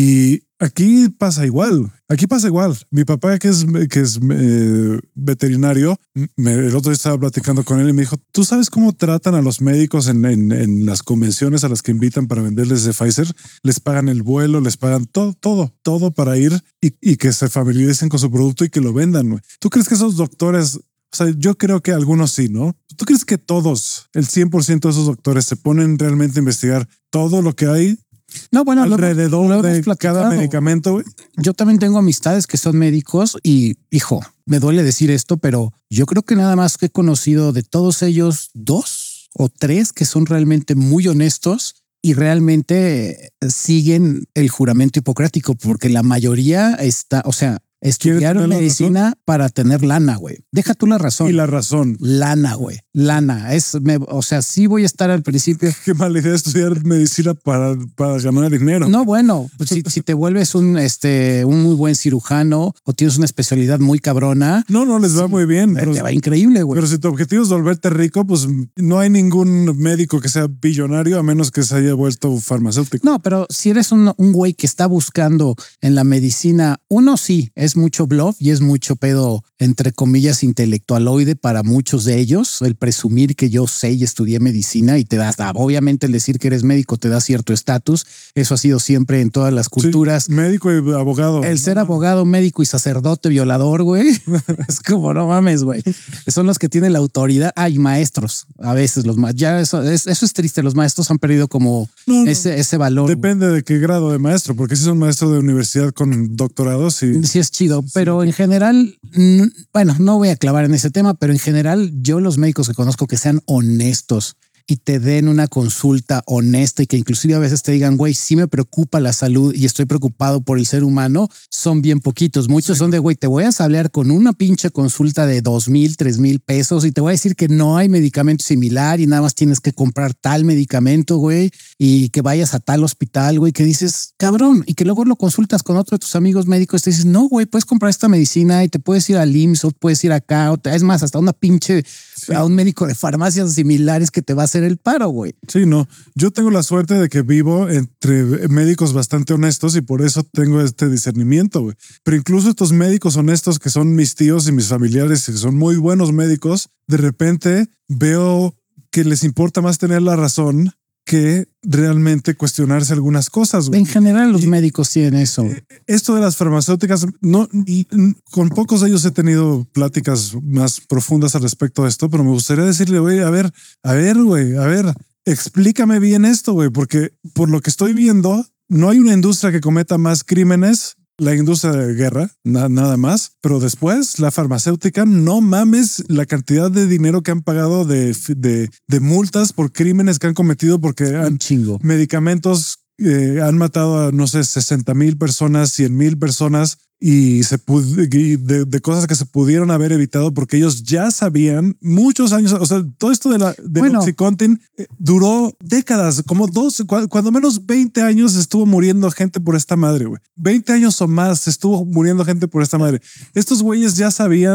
Y aquí pasa igual. Aquí pasa igual. Mi papá, que es, que es eh, veterinario, me, el otro día estaba platicando con él y me dijo, ¿tú sabes cómo tratan a los médicos en, en, en las convenciones a las que invitan para venderles de Pfizer? Les pagan el vuelo, les pagan todo, todo, todo para ir y, y que se familiaricen con su producto y que lo vendan, güey. ¿Tú crees que esos doctores, o sea, yo creo que algunos sí, ¿no? ¿Tú crees que todos, el cien por ciento de esos doctores se ponen realmente a investigar todo lo que hay? No, bueno, alrededor lo, lo de cada medicamento, güey. Yo también tengo amistades que son médicos y, hijo, me duele decir esto, pero yo creo que nada más que he conocido de todos ellos dos o tres que son realmente muy honestos y realmente siguen el juramento hipocrático, porque la mayoría está, o sea, estudiaron medicina para tener lana, güey. Deja tú la razón. Y la razón. Lana, güey. Lana. Es, me, o sea, sí voy a estar al principio. Qué mala idea estudiar medicina para, para ganar dinero. No, bueno, pues si, si te vuelves un, este, un muy buen cirujano o tienes una especialidad muy cabrona. No, no les va sí, muy bien. Pero, te va increíble, güey. Pero si tu objetivo es volverte rico, pues no hay ningún médico que sea billonario a menos que se haya vuelto farmacéutico. No, pero si eres un, un güey que está buscando en la medicina, uno sí, es mucho bluff y es mucho pedo, entre comillas, intelectualoide para muchos de ellos. El presumir que yo sé y estudié medicina y te das, obviamente el decir que eres médico te da cierto estatus. Eso ha sido siempre en todas las culturas. Sí, médico y abogado. El ser abogado, médico y sacerdote violador, güey. Es como no mames, güey. Son los que tienen la autoridad. Hay ah, maestros. A veces los más, ya eso es, eso es triste. Los maestros han perdido como no, no, ese, ese valor. Depende güey. de qué grado de maestro, porque si son maestros de universidad con doctorados, sí. Sí es chido, pero en general, bueno, no voy a clavar en ese tema, pero en general yo los médicos que conozco que sean honestos y te den una consulta honesta y que inclusive a veces te digan, güey, sí me preocupa la salud y estoy preocupado por el ser humano, son bien poquitos. Muchos sí. son de, güey, te voy a hablar con una pinche consulta de dos mil, tres mil pesos y te voy a decir que no hay medicamento similar y nada más tienes que comprar tal medicamento, güey, y que vayas a tal hospital, güey, que dices, cabrón, y que luego lo consultas con otro de tus amigos médicos y te dices, no, güey, puedes comprar esta medicina y te puedes ir al I M S S o puedes ir acá, o te, es más, hasta una pinche, sí. a un médico de farmacias similares que te va a hacer el paro, güey. Sí, no. Yo tengo la suerte de que vivo entre médicos bastante honestos y por eso tengo este discernimiento, güey. Pero incluso estos médicos honestos que son mis tíos y mis familiares y que son muy buenos médicos, de repente veo que les importa más tener la razón que realmente cuestionarse algunas cosas, güey. En general los y, médicos tienen eso. Esto de las farmacéuticas, no, y con pocos de ellos he tenido pláticas más profundas al respecto de esto, pero me gustaría decirle, güey, a ver, a ver, güey, a ver, explícame bien esto, güey, porque por lo que estoy viendo, no hay una industria que cometa más crímenes, la industria de guerra, na, nada más, pero después la farmacéutica, no mames la cantidad de dinero que han pagado de, de, de multas por crímenes que han cometido porque han chingo. medicamentos eh, han matado a, no sé, sesenta mil personas, cien mil personas y, se y de, de cosas que se pudieron haber evitado porque ellos ya sabían muchos años. O sea, todo esto de la de bueno, OxyContin eh, duró décadas, como dos, cu cuando menos veinte años estuvo muriendo gente por esta madre, güey. veinte años o más estuvo muriendo gente por esta madre. Estos güeyes ya sabían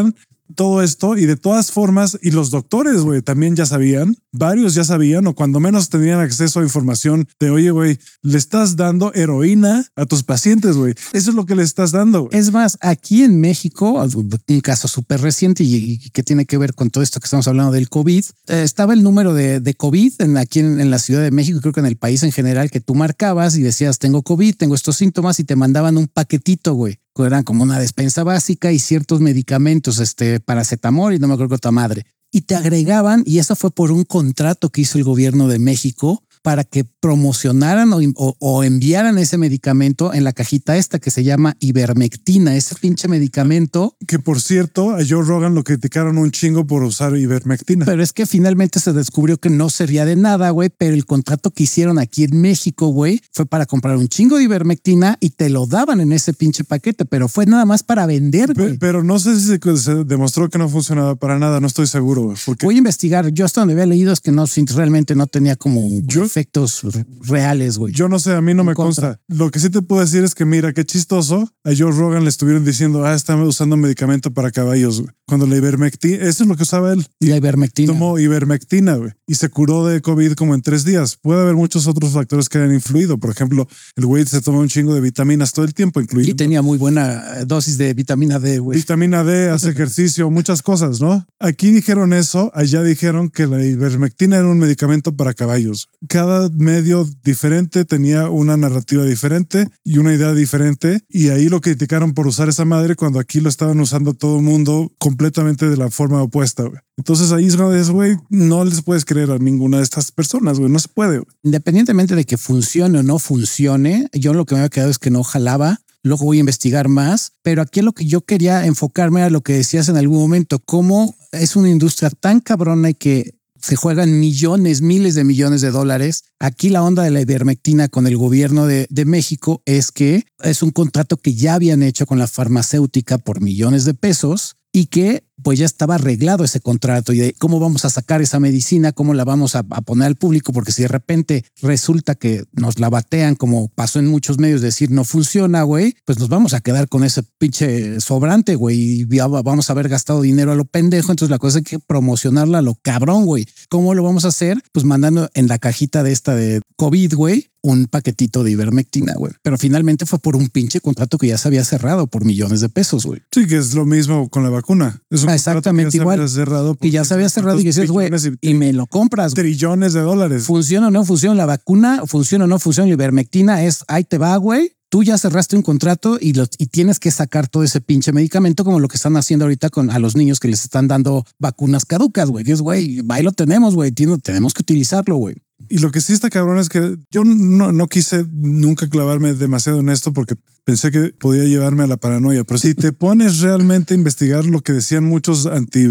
todo esto y de todas formas, y los doctores, güey, también ya sabían, varios ya sabían, o cuando menos tenían acceso a información de, oye, güey, le estás dando heroína a tus pacientes, güey. Eso es lo que le estás dando, güey. Es más, aquí en México, un caso súper reciente y, y que tiene que ver con todo esto que estamos hablando del COVID, eh, estaba el número de, de COVID en, aquí en, en la Ciudad de México, creo que en el país en general, que tú marcabas y decías, tengo COVID, tengo estos síntomas, y te mandaban un paquetito, güey. Eran como una despensa básica y ciertos medicamentos, este paracetamol y no me acuerdo qué otra madre. Y te agregaban, y eso fue por un contrato que hizo el gobierno de México para que promocionaran o, o, o enviaran ese medicamento en la cajita esta que se llama ivermectina, ese pinche medicamento. Que por cierto, a Joe Rogan lo criticaron un chingo por usar ivermectina. Pero es que finalmente se descubrió que no servía de nada, güey, pero el contrato que hicieron aquí en México, güey, fue para comprar un chingo de ivermectina y te lo daban en ese pinche paquete, pero fue nada más para vender, güey. Pero, pero no sé si se, se demostró que no funcionaba para nada, no estoy seguro, güey. Porque voy a investigar. Yo hasta donde había leído es que no, realmente no tenía como yo, efectos reales, güey. Yo no sé, a mí no me consta. Lo que sí te puedo decir es que mira, qué chistoso. A Joe Rogan le estuvieron diciendo, ah, está usando medicamento para caballos, güey. Cuando la ivermectina, eso es lo que usaba él. Y la ivermectina. Tomó ivermectina, güey. Y se curó de COVID como en tres días. Puede haber muchos otros factores que hayan influido. Por ejemplo, el güey se tomó un chingo de vitaminas todo el tiempo, incluido. Y tenía muy buena dosis de vitamina D, güey. Vitamina D, hace ejercicio, muchas cosas, ¿no? Aquí dijeron eso, allá dijeron que la ivermectina era un medicamento para caballos. Cada medio diferente tenía una narrativa diferente y una idea diferente. Y ahí lo criticaron por usar esa madre cuando aquí lo estaban usando todo el mundo completamente de la forma opuesta, güey. Entonces ahí es donde es, güey, no les puedes creer a ninguna de estas personas, güey, no se puede, güey. Independientemente de que funcione o no funcione, yo lo que me había quedado es que no jalaba. Luego voy a investigar más, pero aquí lo que yo quería enfocarme a lo que decías en algún momento, cómo es una industria tan cabrona y que se juegan millones, miles de millones de dólares. Aquí la onda de la ivermectina con el gobierno de, de México es que es un contrato que ya habían hecho con la farmacéutica por millones de pesos y que pues ya estaba arreglado ese contrato y de cómo vamos a sacar esa medicina, cómo la vamos a, a poner al público, porque si de repente resulta que nos la batean, como pasó en muchos medios, decir no funciona, güey, pues nos vamos a quedar con ese pinche sobrante, güey, y ya vamos a haber gastado dinero a lo pendejo. Entonces la cosa es que promocionarla a lo cabrón, güey. ¿Cómo lo vamos a hacer? Pues mandando en la cajita de esta de COVID, güey, un paquetito de ivermectina, güey. Pero finalmente fue por un pinche contrato que ya se había cerrado por millones de pesos, güey. Sí, que es lo mismo con la vacuna. Es un ah, exactamente que ya igual. Se cerrado y ya se había cerrado y dices, güey, y, y me lo compras. Trillones de dólares. Funciona o no funciona la vacuna, funciona o no funciona la ivermectina, es ahí te va, güey. Tú ya cerraste un contrato y, lo, y tienes que sacar todo ese pinche medicamento, como lo que están haciendo ahorita con a los niños que les están dando vacunas caducas, güey. Dices, güey, ahí lo tenemos, güey. Tenemos que utilizarlo, güey. Y lo que sí está cabrón es que yo no, no quise nunca clavarme demasiado en esto porque pensé que podía llevarme a la paranoia. Pero si te pones realmente a investigar lo que decían muchos anti,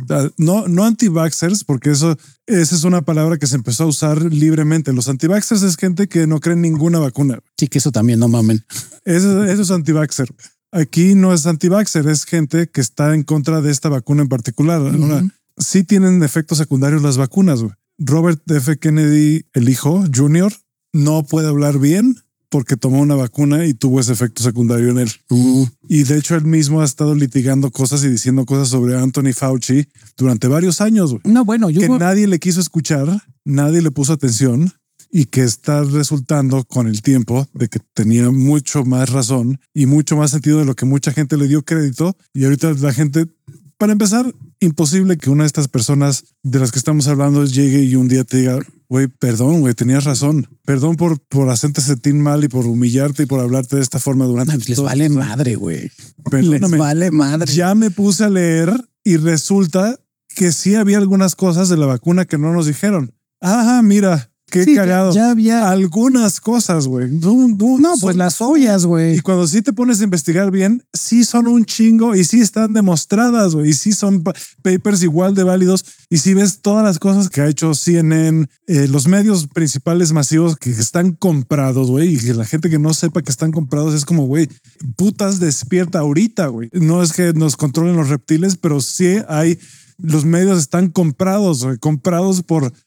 no, no anti-vaxxers, porque eso, esa es una palabra que se empezó a usar libremente. Los anti-vaxxers es gente que no cree en ninguna vacuna. Sí, que eso también, no mamen. Eso, eso es anti-vaxxer. Aquí no es anti-vaxxer, es gente que está en contra de esta vacuna en particular. Uh-huh. Una, sí tienen efectos secundarios las vacunas, güey. Robert F. Kennedy, el hijo, Junior, no puede hablar bien porque tomó una vacuna y tuvo ese efecto secundario en él. Uh. Y de hecho él mismo ha estado litigando cosas y diciendo cosas sobre Anthony Fauci durante varios años. No, bueno, yo... Que nadie le quiso escuchar, nadie le puso atención y que está resultando con el tiempo de que tenía mucho más razón y mucho más sentido de lo que mucha gente le dio crédito. Y ahorita la gente... Para empezar, imposible que una de estas personas de las que estamos hablando llegue y un día te diga, güey, perdón, güey, tenías razón. Perdón por, por hacerte sentir mal y por humillarte y por hablarte de esta forma durante... Les vale madre, güey. Les vale madre. Ya me puse a leer y resulta que sí había algunas cosas de la vacuna que no nos dijeron. Ajá, mira. Qué sí, cagado. Ya había algunas cosas, güey. No, no, no, pues las ollas, güey. Y cuando sí te pones a investigar bien, sí son un chingo y sí están demostradas, güey. Y sí son pa- papers igual de válidos. Y si ves todas las cosas que ha hecho C N N, eh, los medios principales masivos que están comprados, güey, y que la gente que no sepa que están comprados es como, güey, putas, despierta ahorita, güey. No es que nos controlen los reptiles, pero sí hay... Los medios están comprados, güey, comprados por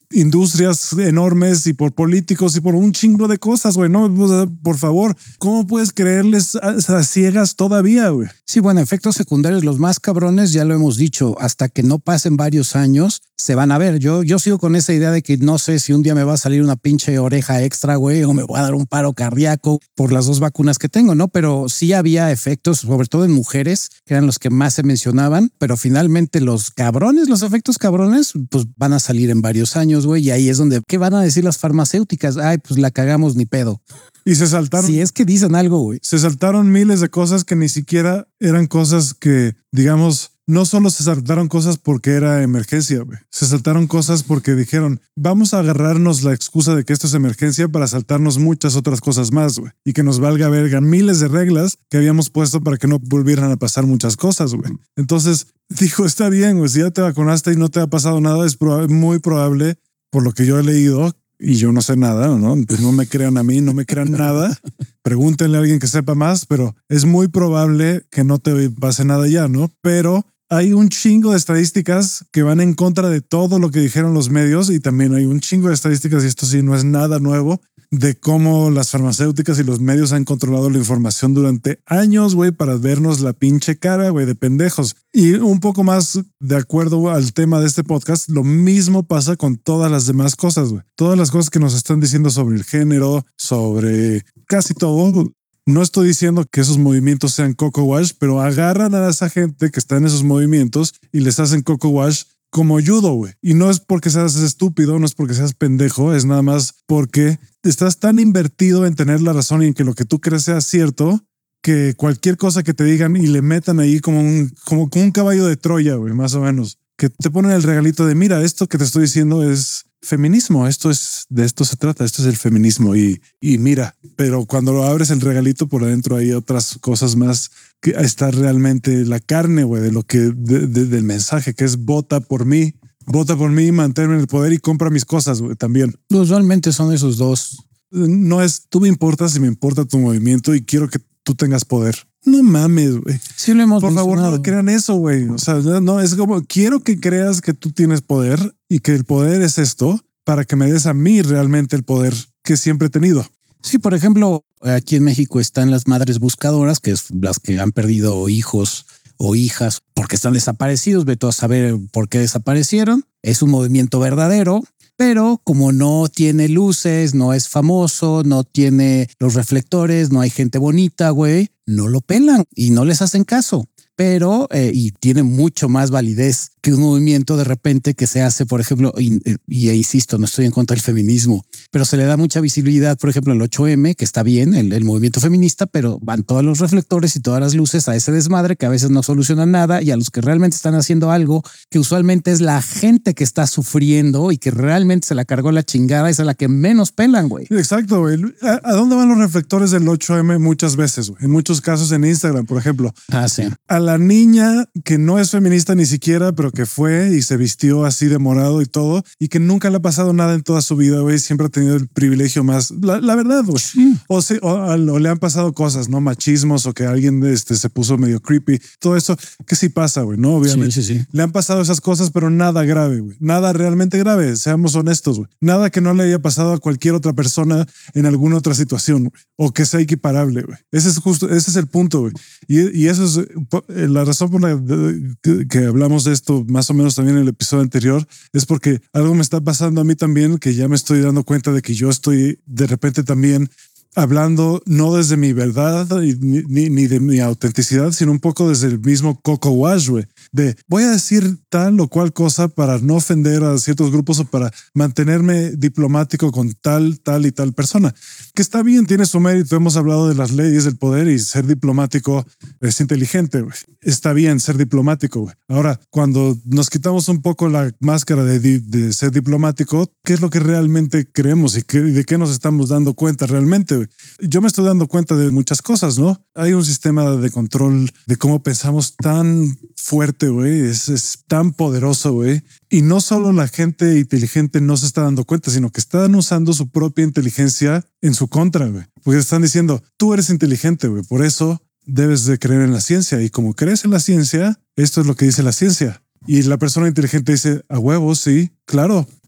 industrias enormes y por políticos y por un chingo de cosas, güey. No, o sea, por favor, ¿cómo puedes creerles a, a ciegas todavía, güey? Sí, bueno, efectos secundarios, los más cabrones, ya lo hemos dicho, hasta que no pasen varios años, se van a ver. Yo, yo sigo con esa idea de que no sé si un día me va a salir una pinche oreja extra, güey, o me voy a dar un paro cardíaco por las dos vacunas que tengo, ¿no? Pero sí había efectos, sobre todo en mujeres, que eran los que más se mencionaban, pero finalmente los cabrones, los efectos cabrones, pues van a salir en varios años, güey, y ahí es donde, ¿qué van a decir las farmacéuticas? Ay, pues la cagamos ni pedo. Y se saltaron. Si es que dicen algo, güey. Se saltaron miles de cosas que ni siquiera eran cosas que, digamos, no solo se saltaron cosas porque era emergencia, güey. Se saltaron cosas porque dijeron, vamos a agarrarnos la excusa de que esto es emergencia para saltarnos muchas otras cosas más, güey. Y que nos valga verga miles de reglas que habíamos puesto para que no volvieran a pasar muchas cosas, güey. Entonces, dijo, está bien, güey, si ya te vacunaste y no te ha pasado nada, es prob- muy probable, por lo que yo he leído, y yo no sé nada, ¿no? Pues no me crean a mí, no me crean nada. Pregúntenle a alguien que sepa más, pero es muy probable que no te pase nada ya, ¿no? Pero hay un chingo de estadísticas que van en contra de todo lo que dijeron los medios y también hay un chingo de estadísticas, y esto sí no es nada nuevo, de cómo las farmacéuticas y los medios han controlado la información durante años, güey, para vernos la pinche cara, güey, de pendejos. Y un poco más de acuerdo al tema de este podcast, lo mismo pasa con todas las demás cosas, güey. Todas las cosas que nos están diciendo sobre el género, sobre casi todo. No estoy diciendo que esos movimientos sean coco wash, pero agarran a esa gente que está en esos movimientos y les hacen coco wash como judo, güey. Y no es porque seas estúpido, no es porque seas pendejo, es nada más porque estás tan invertido en tener la razón y en que lo que tú crees sea cierto, que cualquier cosa que te digan y le metan ahí como un, como, como un caballo de Troya, güey, más o menos. Que te ponen el regalito de, mira, esto que te estoy diciendo es feminismo, esto es, de esto se trata, esto es el feminismo y, y mira, pero cuando lo abres el regalito por adentro hay otras cosas más que está realmente la carne, güey, de lo que, de, de, del mensaje que es vota por mí, vota por mí, manténme en el poder y compra mis cosas, güey, también. Usualmente son esos dos. No es, tú me importas y me importa tu movimiento y quiero que tú tengas poder. No mames, güey. Sí lo hemos Por favor, mencionado. no crean eso, güey. O sea, no, es como, quiero que creas que tú tienes poder y que el poder es esto para que me des a mí realmente el poder que siempre he tenido. Sí, por ejemplo, aquí en México están las madres buscadoras, que es las que han perdido hijos o hijas porque están desaparecidos. Vete a saber por qué desaparecieron. Es un movimiento verdadero, pero como no tiene luces, no es famoso, no tiene los reflectores, no hay gente bonita, güey, no lo pelan y no les hacen caso. Pero, eh, y tiene mucho más validez que un movimiento de repente que se hace, por ejemplo, y, y, y insisto, no estoy en contra del feminismo, pero se le da mucha visibilidad, por ejemplo, el ocho eme, que está bien, el, el movimiento feminista, pero van todos los reflectores y todas las luces a ese desmadre que a veces no soluciona nada y a los que realmente están haciendo algo que usualmente es la gente que está sufriendo y que realmente se la cargó la chingada, es a la que menos pelan, güey. Exacto, güey. ¿A, ¿A dónde van los reflectores del ocho eme? Muchas veces, güey. En muchos casos en Instagram, por ejemplo. Ah, sí. A la niña que no es feminista ni siquiera, pero que fue y se vistió así de morado y todo, y que nunca le ha pasado nada en toda su vida, güey, siempre ha tenido el privilegio más, la, la verdad, güey. Sí. O, se, o, o le han pasado cosas, ¿no? Machismos o que alguien este, se puso medio creepy, todo eso, que sí pasa, güey, ¿no? Obviamente. Sí, sí, sí. Le han pasado esas cosas, pero nada grave, güey. Nada realmente grave, seamos honestos, güey. Nada que no le haya pasado a cualquier otra persona en alguna otra situación, güey, o que sea equiparable, güey. Ese es justo, ese es el punto, güey. Y, y eso es la razón por la que, que hablamos de esto más o menos también en el episodio anterior, es porque algo me está pasando a mí también, que ya me estoy dando cuenta de que yo estoy de repente también hablando no desde mi verdad ni, ni, ni de mi autenticidad, sino un poco desde el mismo coco wash, güey. De voy a decir tal o cual cosa para no ofender a ciertos grupos o para mantenerme diplomático con tal, tal y tal persona. Que está bien, tiene su mérito. Hemos hablado de las leyes del poder y ser diplomático es inteligente, güey. Está bien ser diplomático, güey. Ahora, cuando nos quitamos un poco la máscara de, de, de ser diplomático, ¿qué es lo que realmente creemos y qué, de qué nos estamos dando cuenta realmente, güey? Yo me estoy dando cuenta de muchas cosas, ¿no? Hay un sistema de control de cómo pensamos tan fuerte, güey. Es, es tan poderoso, güey. Y no solo la gente inteligente no se está dando cuenta, sino que están usando su propia inteligencia en su contra, güey. Porque están diciendo, tú eres inteligente, güey. Por eso debes de creer en la ciencia. Y como crees en la ciencia, esto es lo que dice la ciencia. Y la persona inteligente dice, a huevos, sí, claro.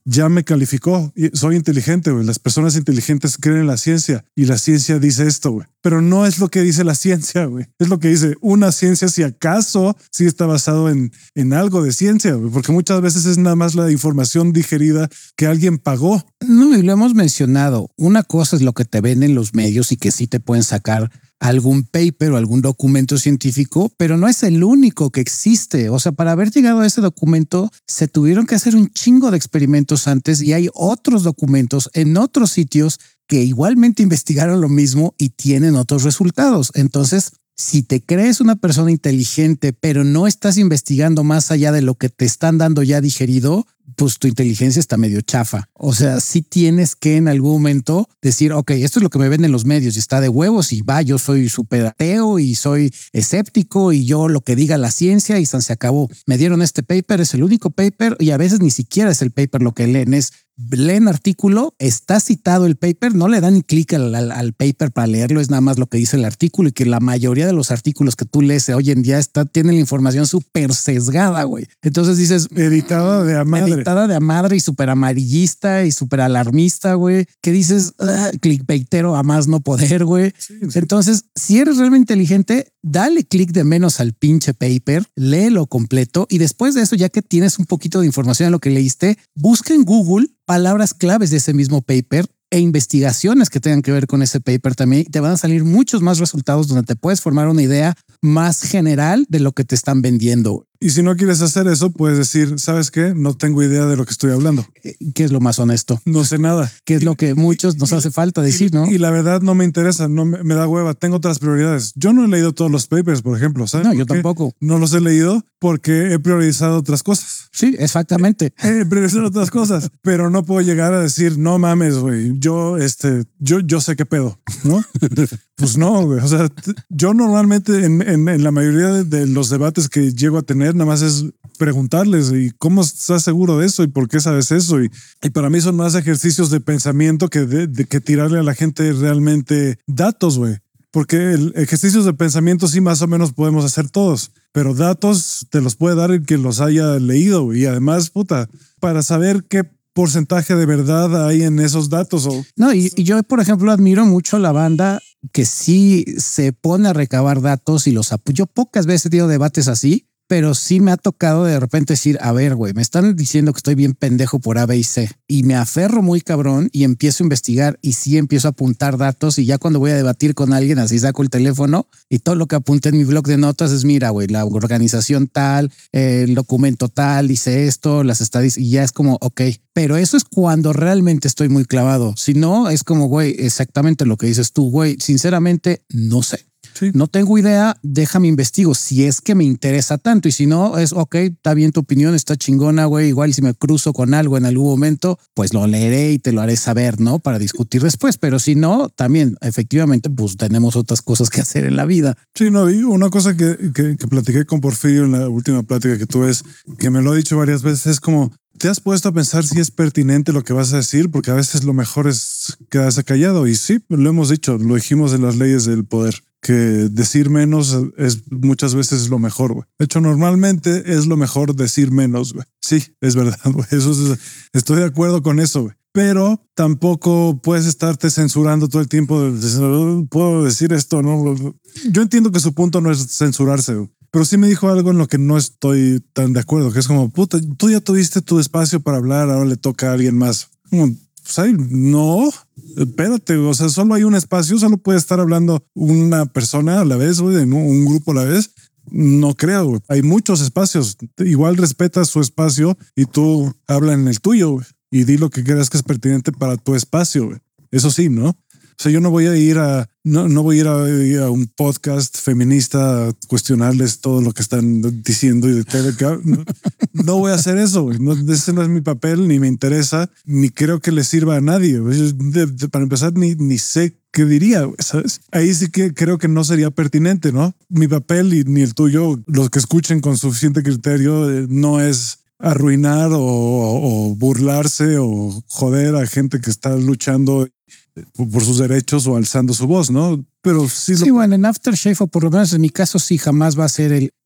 ya me calificó. Soy inteligente, güey. Las personas inteligentes creen en la ciencia y la ciencia dice esto, güey. Pero no es lo que dice la ciencia, güey. Es lo que dice una ciencia, si acaso sí está basado en, en algo de ciencia, güey. Porque muchas veces es nada más la información digerida que alguien pagó. No, y lo hemos mencionado. Una cosa es lo que te ven en los medios y que sí te pueden sacar algún paper o algún documento científico, pero no es el único que existe. O sea, para haber llegado a ese documento se tuvieron que hacer un chingo de experimentos antes y hay otros documentos en otros sitios que igualmente investigaron lo mismo y tienen otros resultados. Entonces, si te crees una persona inteligente, pero no estás investigando más allá de lo que te están dando ya digerido, pues tu inteligencia está medio chafa. O sea, sí tienes que en algún momento decir, ok, esto es lo que me ven en los medios y está de huevos y va, yo soy súper ateo y soy escéptico y yo lo que diga la ciencia y se acabó. Me dieron este paper, es el único paper y a veces ni siquiera es el paper lo que leen, es leen artículo, está citado el paper, no le dan ni clic al, al, al paper para leerlo, es nada más lo que dice el artículo y que la mayoría de los artículos que tú lees hoy en día está, tienen la información súper sesgada, güey. Entonces dices, editada de a madre. Editada de a madre y súper amarillista y súper alarmista, güey, que dices, ah, clickbaitero a más no poder, güey. Sí, sí. Entonces, si eres realmente inteligente, dale clic de menos al pinche paper, léelo completo y después de eso, ya que tienes un poquito de información de lo que leíste, busca en Google palabras claves de ese mismo paper e investigaciones que tengan que ver con ese paper también. Te van a salir muchos más resultados donde te puedes formar una idea más general de lo que te están vendiendo. Y si no quieres hacer eso, puedes decir, ¿sabes qué? No tengo idea de lo que estoy hablando. ¿Qué es lo más honesto? No sé nada. ¿Qué es lo que muchos nos y, hace falta decir, y, no? Y la verdad no me interesa, no me, me da hueva. Tengo otras prioridades. Yo no he leído todos los papers, por ejemplo. ¿Sabes? No, yo tampoco. No los he leído porque he priorizado otras cosas. Sí, exactamente. He priorizado otras cosas, pero no puedo llegar a decir, no mames, güey. Yo, este, yo, yo sé qué pedo, ¿no? Pues no, güey. O sea, yo normalmente en, en, en la mayoría de, de los debates que llego a tener, nada más es preguntarles y cómo estás seguro de eso y por qué sabes eso. Y, y para mí son más ejercicios de pensamiento que de, de que tirarle a la gente realmente datos, güey. Porque el ejercicios de pensamiento sí más o menos podemos hacer todos, pero datos te los puede dar el que los haya leído, güey. Y además, puta, para saber qué porcentaje de verdad hay en esos datos. O... No, y, y yo, por ejemplo, admiro mucho a la banda que sí se pone a recabar datos y los apoya. Yo pocas veces he tenido debates así, pero sí me ha tocado de repente decir, a ver, güey, me están diciendo que estoy bien pendejo por A, B y C y me aferro muy cabrón y empiezo a investigar y sí empiezo a apuntar datos y ya cuando voy a debatir con alguien así saco el teléfono y todo lo que apunté en mi blog de notas es, mira, güey, la organización tal, el documento tal, dice esto, las estadísticas y ya es como, ok, pero eso es cuando realmente estoy muy clavado. Si no, es como, güey, exactamente lo que dices tú, güey, sinceramente no sé. Sí. No tengo idea, déjame investigo si es que me interesa tanto y si no es ok, está bien tu opinión, está chingona, güey, igual si me cruzo con algo en algún momento, pues lo leeré y te lo haré saber, ¿no? Para discutir después, pero si no, también efectivamente pues tenemos otras cosas que hacer en la vida. Sí, no, y una cosa que, que, que platiqué con Porfirio en la última plática que tuve es que me lo ha dicho varias veces, es como, ¿te has puesto a pensar si es pertinente lo que vas a decir? Porque a veces lo mejor es quedarse callado y sí, lo hemos dicho, lo dijimos en las leyes del poder. Que decir menos es muchas veces lo mejor, güey. De hecho, normalmente es lo mejor decir menos, güey. Sí, es verdad, güey. Eso es, estoy de acuerdo con eso, güey. Pero tampoco puedes estarte censurando todo el tiempo. De, puedo decir esto, ¿no? Yo entiendo que su punto no es censurarse, güey. Pero sí me dijo algo en lo que no estoy tan de acuerdo, que es como, puta, tú ya tuviste tu espacio para hablar, ahora le toca a alguien más. Como, pues ahí, no, espérate, o sea, solo hay un espacio, solo puede estar hablando una persona a la vez, güey, un grupo a la vez. No creo, güey. Hay muchos espacios. Igual respeta su espacio y tú habla en el tuyo, güey, y di lo que creas que es pertinente para tu espacio, güey. Eso sí, ¿no? O sea, yo no voy a ir a no, no voy a ir a, ir a un podcast feminista a cuestionarles todo lo que están diciendo y de T V K. No, no voy a hacer eso, güey. No, ese no es mi papel, ni me interesa, ni creo que le sirva a nadie. De, de, para empezar, ni, ni sé qué diría, güey, ¿sabes? Ahí sí que creo que no sería pertinente, ¿no? Mi papel y ni el tuyo, los que escuchen con suficiente criterio, eh, no es arruinar o, o burlarse o joder a gente que está luchando por sus derechos o alzando su voz, ¿no? Pero sí, sí, lo... bueno, en Aftershave, o por lo menos en mi caso, sí, jamás va a ser el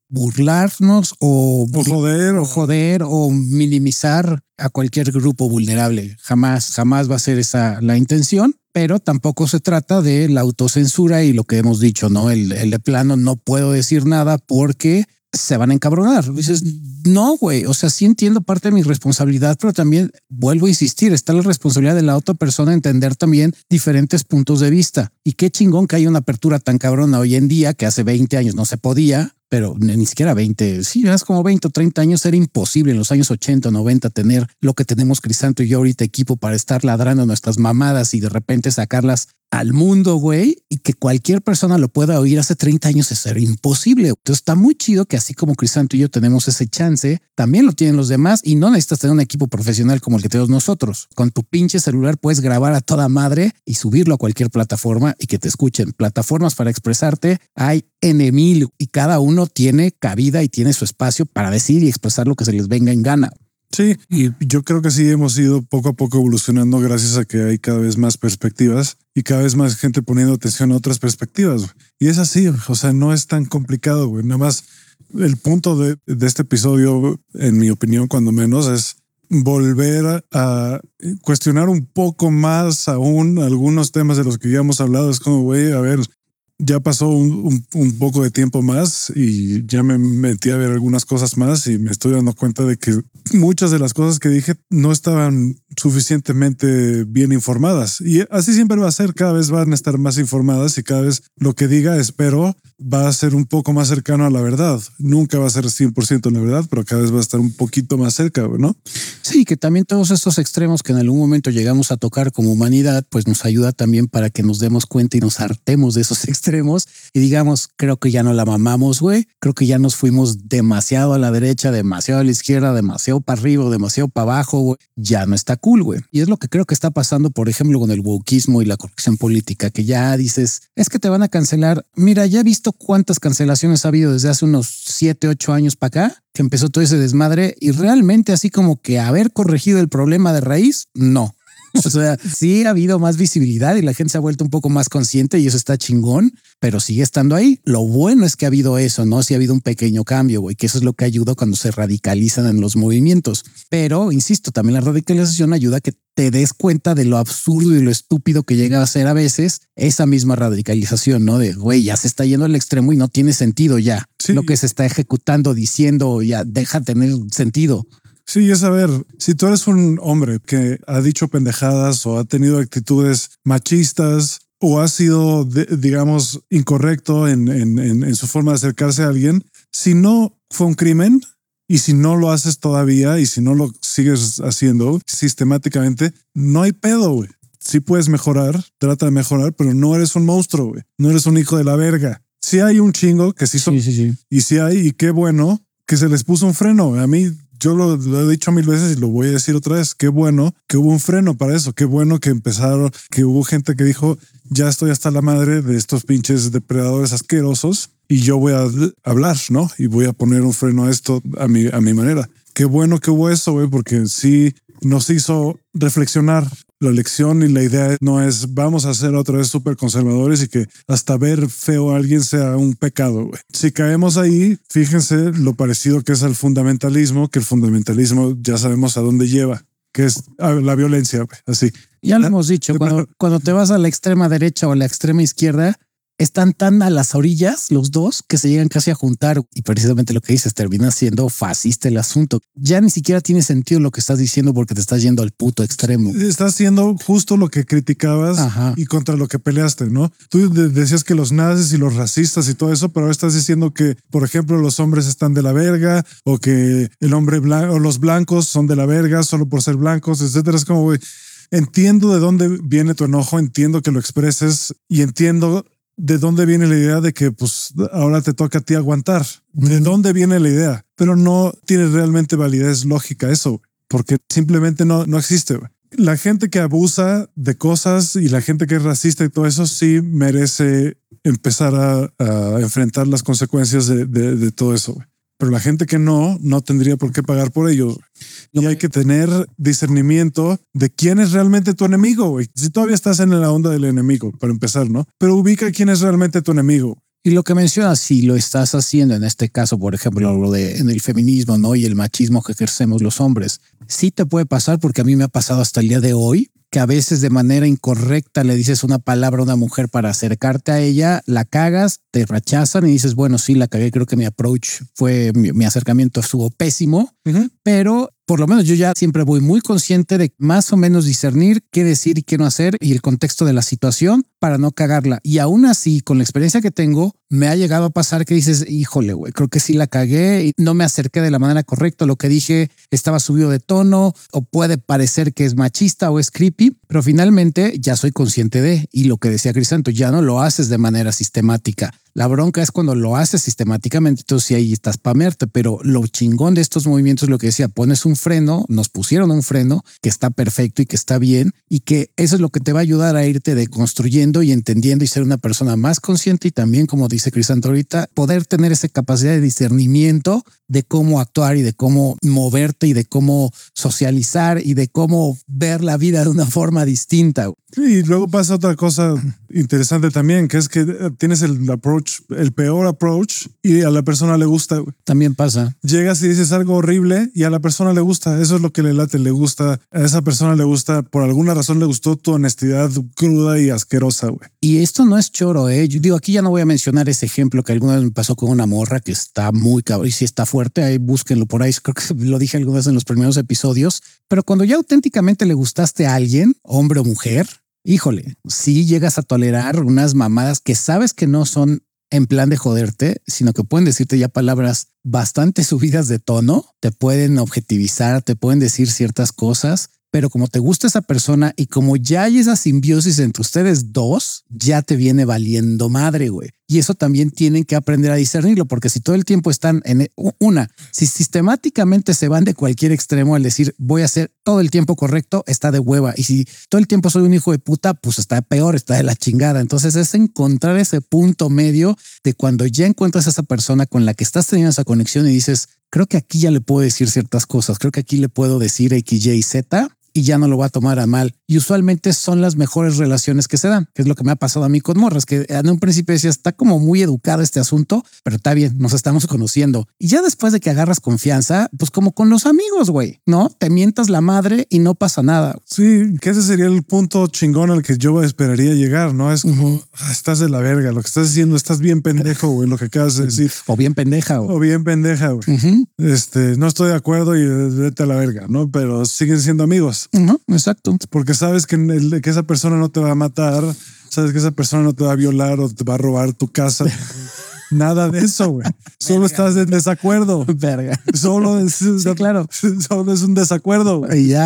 burlarnos o, o joder o joder o minimizar a cualquier grupo vulnerable. Jamás, jamás va a ser esa la intención, pero tampoco se trata de la autocensura y lo que hemos dicho, ¿no? El, el de plano no puedo decir nada porque se van a encabronar. Dices, no, güey, o sea, sí entiendo parte de mi responsabilidad, pero también vuelvo a insistir, está la responsabilidad de la otra persona entender también diferentes puntos de vista. Y qué chingón que hay una apertura tan cabrona hoy en día que hace veinte años no se podía, pero ni, ni siquiera veinte, sí, es como veinte o treinta años era imposible en los años ochenta o noventa tener lo que tenemos Crisanto y yo ahorita, equipo para estar ladrando nuestras mamadas y de repente sacarlas al mundo, güey, y que cualquier persona lo pueda oír hace treinta años es ser imposible. Entonces está muy chido que así como Crisanto y yo tenemos ese chance, también lo tienen los demás y no necesitas tener un equipo profesional como el que tenemos nosotros. Con tu pinche celular puedes grabar a toda madre y subirlo a cualquier plataforma y que te escuchen. Plataformas para expresarte hay N mil y cada uno tiene cabida y tiene su espacio para decir y expresar lo que se les venga en gana. Sí, y yo creo que sí hemos ido poco a poco evolucionando gracias a que hay cada vez más perspectivas y cada vez más gente poniendo atención a otras perspectivas. Güey. Y es así, o sea, no es tan complicado, güey. Nada más el punto de, de este episodio, en mi opinión, cuando menos, es volver a, a cuestionar un poco más aún algunos temas de los que ya hemos hablado. Es como, güey, a ver, ya pasó un, un, un poco de tiempo más y ya me metí a ver algunas cosas más y me estoy dando cuenta de que muchas de las cosas que dije no estaban suficientemente bien informadas. Y así siempre va a ser, cada vez van a estar más informadas y cada vez lo que diga, espero, va a ser un poco más cercano a la verdad. Nunca va a ser cien por ciento la verdad, pero cada vez va a estar un poquito más cerca, ¿no? Sí, que también todos estos extremos que en algún momento llegamos a tocar como humanidad, pues nos ayuda también para que nos demos cuenta y nos hartemos de esos extremos y digamos, creo que ya no la mamamos, güey. Creo que ya nos fuimos demasiado a la derecha, demasiado a la izquierda, demasiado para arriba, demasiado para abajo, güey. Ya no está cool, güey. Y es lo que creo que está pasando, por ejemplo, con el wokeismo y la corrección política, que ya dices, es que te van a cancelar. Mira, ya he visto cuántas cancelaciones ha habido desde hace unos siete, ocho años para acá, que empezó todo ese desmadre y realmente así como que haber corregido el problema de raíz, no. O sea, sí ha habido más visibilidad y la gente se ha vuelto un poco más consciente y eso está chingón, pero sigue estando ahí. Lo bueno es que ha habido eso, ¿no? Sí ha habido un pequeño cambio, güey, que eso es lo que ayuda cuando se radicalizan en los movimientos. Pero, insisto, también la radicalización ayuda a que te des cuenta de lo absurdo y lo estúpido que llega a ser a veces esa misma radicalización, ¿no? De, güey, ya se está yendo al extremo y no tiene sentido ya. Sí. Lo que se está ejecutando, diciendo, ya deja de tener sentido. Sí, es saber, si tú eres un hombre que ha dicho pendejadas o ha tenido actitudes machistas o ha sido, de, digamos, incorrecto en, en, en, en su forma de acercarse a alguien, si no fue un crimen y si no lo haces todavía y si no lo sigues haciendo sistemáticamente, no hay pedo, güey. Sí puedes mejorar, trata de mejorar, pero no eres un monstruo, güey. No eres un hijo de la verga. Sí hay un chingo que sí son, sí, sí, sí. Y sí hay, y qué bueno que se les puso un freno. A mí, yo lo, lo he dicho mil veces y lo voy a decir otra vez. Qué bueno que hubo un freno para eso. Qué bueno que empezaron, que hubo gente que dijo, ya estoy hasta la madre de estos pinches depredadores asquerosos y yo voy a hablar, ¿no? Y voy a poner un freno a esto a mi, a mi manera. Qué bueno que hubo eso, güey, porque sí nos hizo reflexionar. La lección y la idea no es vamos a ser otra vez súper conservadores y que hasta ver feo a alguien sea un pecado, güey. Si caemos ahí, fíjense lo parecido que es al fundamentalismo, que el fundamentalismo ya sabemos a dónde lleva, que es a la violencia, güey. Así. Ya lo hemos dicho, cuando, cuando te vas a la extrema derecha o a la extrema izquierda, están tan a las orillas los dos que se llegan casi a juntar y precisamente lo que dices termina siendo fascista el asunto. Ya ni siquiera tiene sentido lo que estás diciendo porque te estás yendo al puto extremo. Estás haciendo justo lo que criticabas. Ajá. Y contra lo que peleaste, ¿no? Tú decías que los nazis y los racistas y todo eso, pero ahora estás diciendo que, por ejemplo, los hombres están de la verga o que el hombre blanco o los blancos son de la verga solo por ser blancos, etcétera. Es como, güey, entiendo de dónde viene tu enojo, entiendo que lo expreses y entiendo de dónde viene la idea de que pues ahora te toca a ti aguantar. ¿De dónde viene la idea? Pero no tiene realmente validez lógica eso, porque simplemente no, no existe. La gente que abusa de cosas y la gente que es racista y todo eso sí merece empezar a, a enfrentar las consecuencias de, de, de todo eso. Pero la gente que no, no tendría por qué pagar por ello. Y hay que tener discernimiento de quién es realmente tu enemigo, güey. Si todavía estás en la onda del enemigo, para empezar, ¿no? Pero ubica quién es realmente tu enemigo. Y lo que mencionas, si lo estás haciendo en este caso, por ejemplo, lo de en el feminismo, ¿no? Y el machismo que ejercemos los hombres, sí te puede pasar, porque a mí me ha pasado hasta el día de hoy, que a veces de manera incorrecta le dices una palabra a una mujer para acercarte a ella, la cagas, te rechazan y dices, bueno, sí, la cagué, creo que mi approach fue, mi, mi acercamiento estuvo pésimo, uh-huh. Pero por lo menos yo ya siempre voy muy consciente de más o menos discernir qué decir y qué no hacer y el contexto de la situación para no cagarla. Y aún así, con la experiencia que tengo, me ha llegado a pasar que dices, híjole, güey, creo que sí la cagué y no me acerqué de la manera correcta. Lo que dije estaba subido de tono o puede parecer que es machista o es creepy, pero finalmente ya soy consciente de, y lo que decía Crisanto, ya no lo haces de manera sistemática. La bronca es cuando lo haces sistemáticamente, entonces sí ahí estás pamearte, pero lo chingón de estos movimientos es lo que decía, pones un freno, nos pusieron un freno que está perfecto y que está bien y que eso es lo que te va a ayudar a irte deconstruyendo y entendiendo y ser una persona más consciente y también, como dice Crisanto ahorita, poder tener esa capacidad de discernimiento de cómo actuar y de cómo moverte y de cómo socializar y de cómo ver la vida de una forma distinta. Y luego pasa otra cosa interesante también, que es que tienes el approach, el peor approach y a la persona le gusta. También pasa. Llegas y dices algo horrible y a la persona le gusta. Eso es lo que le late, le gusta. A esa persona le gusta, por alguna razón le gustó tu honestidad cruda y asquerosa, güey. Y esto no es choro, ¿eh? Yo digo, aquí ya no voy a mencionar ese ejemplo que alguna vez me pasó con una morra que está muy cabrón y si está fuerte, ahí búsquenlo por ahí. Creo que lo dije alguna vez en los primeros episodios, pero cuando ya auténticamente le gustaste a alguien, hombre o mujer, híjole, sí llegas a tolerar unas mamadas que sabes que no son en plan de joderte, sino que pueden decirte ya palabras bastante subidas de tono, te pueden objetivizar, te pueden decir ciertas cosas, pero como te gusta esa persona y como ya hay esa simbiosis entre ustedes dos, ya te viene valiendo madre, güey. Y eso también tienen que aprender a discernirlo, porque si todo el tiempo están en una, si sistemáticamente se van de cualquier extremo al decir voy a hacer todo el tiempo correcto, está de hueva. Y si todo el tiempo soy un hijo de puta, pues está peor, está de la chingada. Entonces es encontrar ese punto medio de cuando ya encuentras a esa persona con la que estás teniendo esa conexión y dices, creo que aquí ya le puedo decir ciertas cosas, creo que aquí le puedo decir X, Y, Z y ya no lo va a tomar a mal. Y usualmente son las mejores relaciones que se dan, que es lo que me ha pasado a mí con morras, que en un principio decía, está como muy educado este asunto, pero está bien, nos estamos conociendo. Y ya después de que agarras confianza, pues como con los amigos, güey, ¿no? Te mientas la madre y no pasa nada. Sí, que ese sería el punto chingón al que yo esperaría llegar, ¿no? Es como, uh-huh. estás de la verga, lo que estás diciendo, estás bien pendejo, güey, lo que acabas de decir. O bien pendeja, güey. O bien pendeja, güey. Uh-huh. Este, no estoy de acuerdo y vete a la verga, ¿no? Pero siguen siendo amigos. Uh-huh. Exacto. Porque sabes que, el, que esa persona no te va a matar, sabes que esa persona no te va a violar o te va a robar tu casa. Nada de eso, güey. Solo Verga. Estás en desacuerdo. Verga. Solo es, sí, claro. Solo es un desacuerdo, güey. Y ya.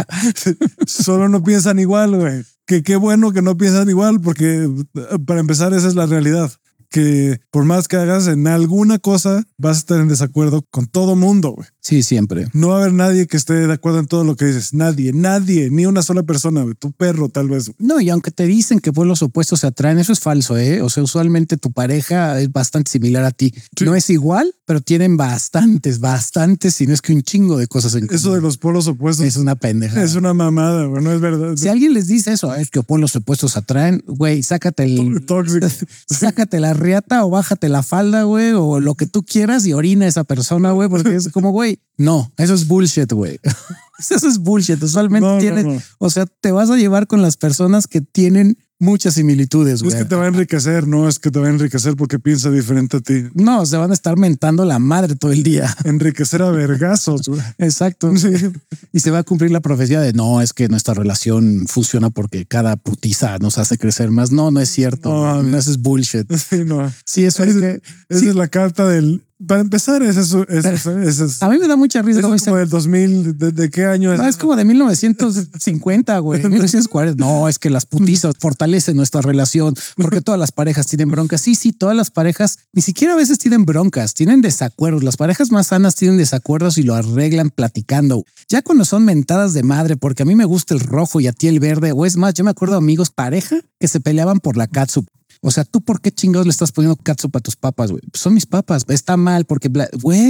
Solo no piensan igual, güey. Que qué bueno que no piensan igual, porque para empezar esa es la realidad. Que por más que hagas en alguna cosa, vas a estar en desacuerdo con todo mundo, güey. Sí, siempre. No va a haber nadie que esté de acuerdo en todo lo que dices. Nadie, nadie, ni una sola persona, güey. Tu perro, tal vez. No, y aunque te dicen que pues los opuestos se atraen, eso es falso, ¿eh? O sea, usualmente tu pareja es bastante similar a ti. Sí. No es igual, pero tienen bastantes, bastantes, si no es que un chingo de cosas en común. Eso de los polos opuestos es una pendeja. Es una mamada, güey. No es verdad. Si alguien les dice eso, es que polos opuestos atraen, güey, sácate el... Tóxico. Sácate la riata o bájate la falda, güey, o lo que tú quieras y orina a esa persona, güey, porque es como, güey, no, eso es bullshit, güey. Eso es bullshit. Usualmente no, tienes, no, no. O sea, te vas a llevar con las personas que tienen muchas similitudes, güey. Es que te va a enriquecer, no es que te va a enriquecer porque piensa diferente a ti. No, se van a estar mentando la madre todo el día. Enriquecer a vergazos, güey. Exacto. Sí. Y se va a cumplir la profecía de no, es que nuestra relación funciona porque cada putiza nos hace crecer más. No, no es cierto. No, no eso es bullshit. Sí, no. Sí, eso es, es que. Esa sí. Es la carta del. Para empezar, es eso. Es, es, es, es, a mí me da mucha risa. Es como del dos mil. ¿De, de qué año es? No, es como de mil novecientos cincuenta, güey. mil novecientos cuarenta. No, es que las putizas fortalecen nuestra relación porque todas las parejas tienen broncas. Sí, sí, todas las parejas ni siquiera a veces tienen broncas, tienen desacuerdos. Las parejas más sanas tienen desacuerdos y lo arreglan platicando. Ya cuando son mentadas de madre, porque a mí me gusta el rojo y a ti el verde, o es más, yo me acuerdo de amigos pareja que se peleaban por la catsup. O sea, ¿tú por qué chingados le estás poniendo catsup a tus papas, güey? Pues son mis papas. Está mal porque, güey,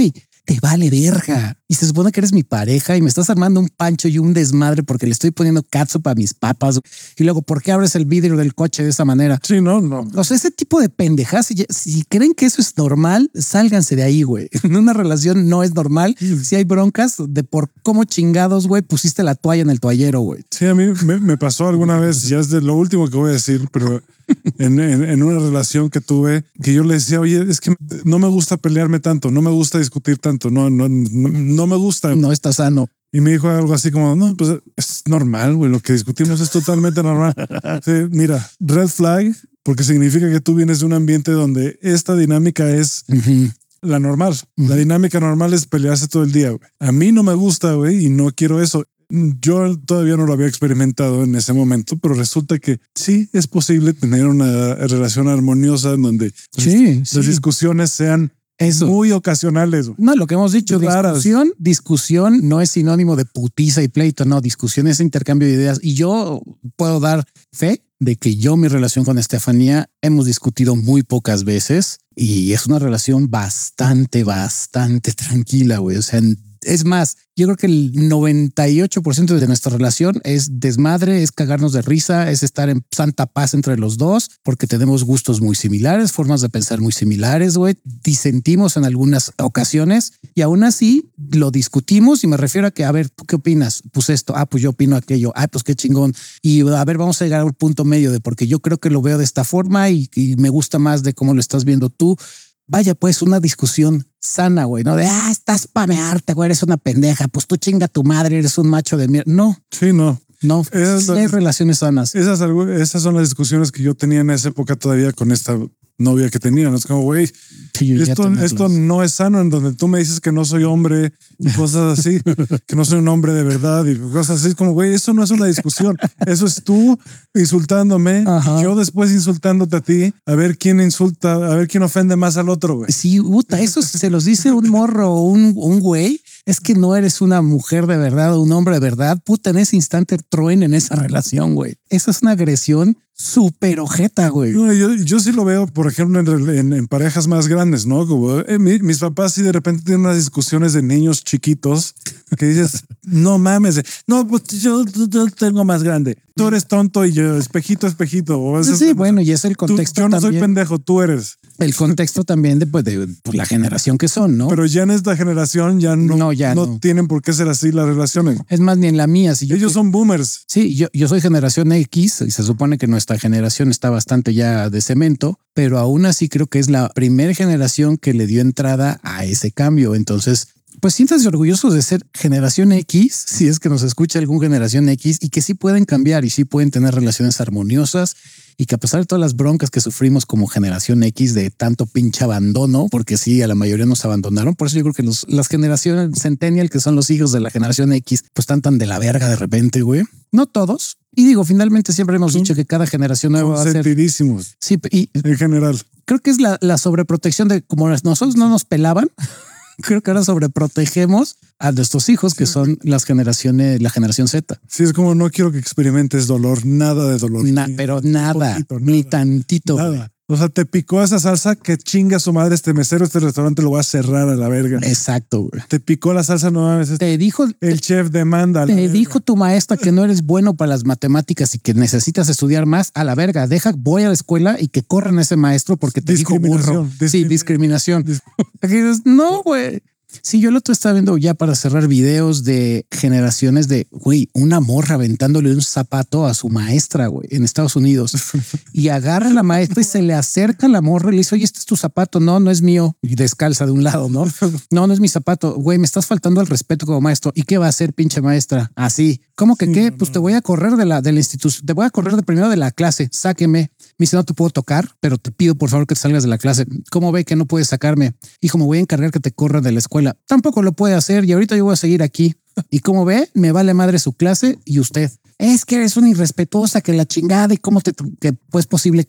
te vale verga. Y se supone que eres mi pareja y me estás armando un pancho y un desmadre porque le estoy poniendo catsup a mis papas. Y luego, ¿por qué abres el vidrio del coche de esa manera? Sí, no, no. O sea, ese tipo de pendejas, si, si creen que eso es normal, sálganse de ahí, güey. En una relación no es normal. Si hay broncas de por cómo chingados, güey, pusiste la toalla en el toallero, güey. Sí, a mí me, me pasó alguna vez, ya es de lo último que voy a decir, pero en, en, en una relación que tuve, que yo le decía, oye, es que no me gusta pelearme tanto, no me gusta discutir tanto, no, no, no, no me gusta. No está sano. Y me dijo algo así como, no, pues es normal, güey, lo que discutimos es totalmente normal. Sí, mira, red flag, porque significa que tú vienes de un ambiente donde esta dinámica es uh-huh. la normal. Uh-huh. La dinámica normal es pelearse todo el día, güey. A mí no me gusta, güey, y no quiero eso. Yo todavía no lo había experimentado en ese momento, pero resulta que sí es posible tener una relación armoniosa en donde sí, las sí. discusiones sean Eso. muy ocasionales. No, lo que hemos dicho, Claras. discusión, discusión no es sinónimo de putiza y pleito, no, discusión es intercambio de ideas. Y yo puedo dar fe de que yo mi relación con Estefanía hemos discutido muy pocas veces y es una relación bastante, bastante tranquila, güey. O sea, es más, yo creo que el noventa y ocho por ciento de nuestra relación es desmadre, es cagarnos de risa, es estar en santa paz entre los dos, porque tenemos gustos muy similares, formas de pensar muy similares, güey. Disentimos en algunas ocasiones y aún así lo discutimos y me refiero a que, a ver, ¿tú qué opinas? Pues esto, ah, pues yo opino aquello, ah, pues qué chingón. Y a ver, vamos a llegar a un punto medio de porque yo creo que lo veo de esta forma y, y me gusta más de cómo lo estás viendo tú. Vaya, pues una discusión sana, güey, no de ah, estás pamearte, güey, eres una pendeja, pues tú chinga tu madre, eres un macho de mierda. No, sí, no, no, esas, sí hay relaciones sanas. Esas, esas son las discusiones que yo tenía en esa época todavía con esta novia que tenía. No es como, güey, sí, esto, esto no es sano, en donde tú me dices que no soy hombre y cosas así, que no soy un hombre de verdad y cosas así. Como, güey, eso no es una discusión. Eso es tú insultándome, y yo después insultándote a ti, a ver quién insulta, a ver quién ofende más al otro, güey. Sí, puta, eso se los dice un morro o un, un güey. Es que no eres una mujer de verdad o un hombre de verdad. Puta, en ese instante truena en esa relación, güey. Esa es una agresión súper ojeta, güey. Yo, yo sí lo veo, por ejemplo, en, en, en parejas más grandes, ¿no? Como eh, mi, mis papás sí de repente tienen unas discusiones de niños chiquitos que dices, no mames, no, pues yo, yo tengo más grande. Tú eres tonto y yo, espejito, espejito. O sí, sí, bueno, y es el contexto. Tú, yo no también. soy pendejo, tú eres. El contexto también de, pues, de pues, la generación que son, ¿no? Pero ya en esta generación ya no, no, ya no, no tienen por qué ser así las relaciones. Es más, ni en la mía. Si yo Ellos que, son boomers. Sí, yo, yo soy generación X y se supone que nuestra generación está bastante ya de cemento, pero aún así creo que es la primera generación que le dio entrada a ese cambio. Entonces, pues siéntanse orgullosos de ser generación X, si es que nos escucha algún generación X, y que sí pueden cambiar y sí pueden tener relaciones armoniosas y que a pesar de todas las broncas que sufrimos como generación X de tanto pinche abandono, porque sí, a la mayoría nos abandonaron. Por eso yo creo que los, las generaciones Centennial, que son los hijos de la generación X, pues están tan de la verga de repente, güey. No todos. Y digo, finalmente siempre hemos dicho que cada generación nueva va a ser... Sentidísimos. Sí, y en general. Creo que es la, la sobreprotección de como nosotros no nos pelaban. Creo que ahora sobreprotegemos a nuestros hijos, que son las generaciones, la generación Z. Sí, es como no quiero que experimentes dolor, nada de dolor. Na, pero nada, poquito, ni nada, tantito. Nada. O sea, te picó esa salsa, que chinga su madre este mesero, este restaurante lo va a cerrar a la verga. Exacto, güey. Te picó la salsa, no mames. Te dijo el te, chef demanda. Te dijo tu maestra que no eres bueno para las matemáticas y que necesitas estudiar más. A la verga, deja, voy a la escuela y que corran a ese maestro porque te dijo burro. Discrimin sí, discriminación. Aquí dices, no, güey. Sí, yo el otro estaba viendo ya para cerrar videos de generaciones de, güey, una morra aventándole un zapato a su maestra, güey, en Estados Unidos. Y agarra a la maestra y se le acerca a la morra y le dice, oye, este es tu zapato. No, no es mío. Y descalza de un lado, ¿no? No, no es mi zapato. Güey, me estás faltando al respeto como maestro. ¿Y qué va a hacer, pinche maestra? Así. ¿Cómo que sí, qué? No, pues te voy a correr de la, de la institución. Te voy a correr de primero de la clase. Sáqueme. Me dice, no te puedo tocar, pero te pido por favor que te salgas de la clase. ¿Cómo ve que no puedes sacarme? Hijo, me voy a encargar que te corra de la escuela. Tampoco lo puede hacer y ahorita yo voy a seguir aquí. Y como ve, me vale madre su clase y usted. Es que eres una irrespetuosa, que la chingada y cómo te, que pues posible que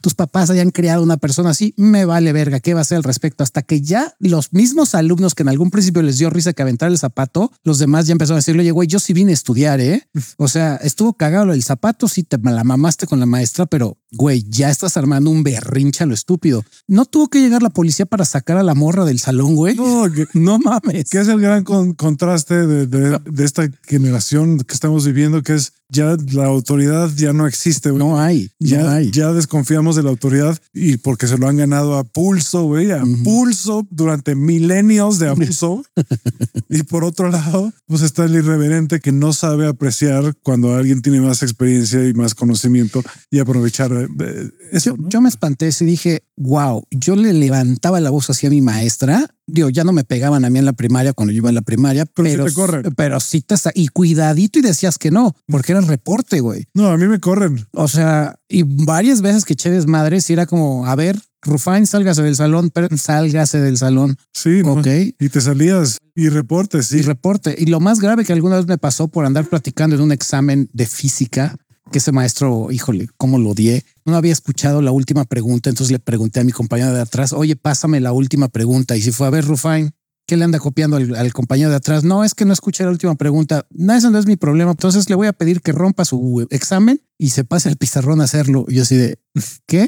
tus papás hayan creado una persona así, me vale verga, ¿qué va a hacer al respecto? Hasta que ya los mismos alumnos que en algún principio les dio risa que aventar el zapato, los demás ya empezaron a decirle, oye, güey, yo sí vine a estudiar, ¿eh? O sea, estuvo cagado el zapato, sí te la mamaste con la maestra, pero güey, ya estás armando un berrinche a lo estúpido. No tuvo que llegar la policía para sacar a la morra del salón, güey. No, que, no mames. Que es el gran con, contraste de, de, de esta generación que estamos viviendo, que es ya la autoridad ya no existe, güey. No hay, ya, no hay. Ya desconfiamos de la autoridad y porque se lo han ganado a pulso, güey, a uh-huh. pulso durante milenios de abuso. Y por otro lado, pues está el irreverente que no sabe apreciar cuando alguien tiene más experiencia y más conocimiento y aprovechar eh, eso. Yo, ¿no? yo me espanté y dije, wow, yo le levantaba la voz hacia mi maestra. Digo, ya no me pegaban a mí en la primaria cuando yo iba en la primaria, pero, pero, sí, te corren. pero sí te está y cuidadito y decías que no, porque era el reporte, güey. No, a mí me corren. O sea, y varias veces que eché desmadres y era como, a ver, Rufain, sálgase del salón, pero sálgase del salón. Sí, ok. ¿no? Y te salías y reportes, sí. Y reporte. Y lo más grave que alguna vez me pasó por andar platicando en un examen de física, que ese maestro, híjole, cómo lo odié. No había escuchado la última pregunta, entonces le pregunté a mi compañero de atrás, oye, pásame la última pregunta. Y si fue, a ver, Rufain, ¿qué le anda copiando al, al compañero de atrás? No, es que no escuché la última pregunta. No, eso no es mi problema. Entonces le voy a pedir que rompa su examen y se pase al pizarrón a hacerlo. Y yo así de, ¿qué?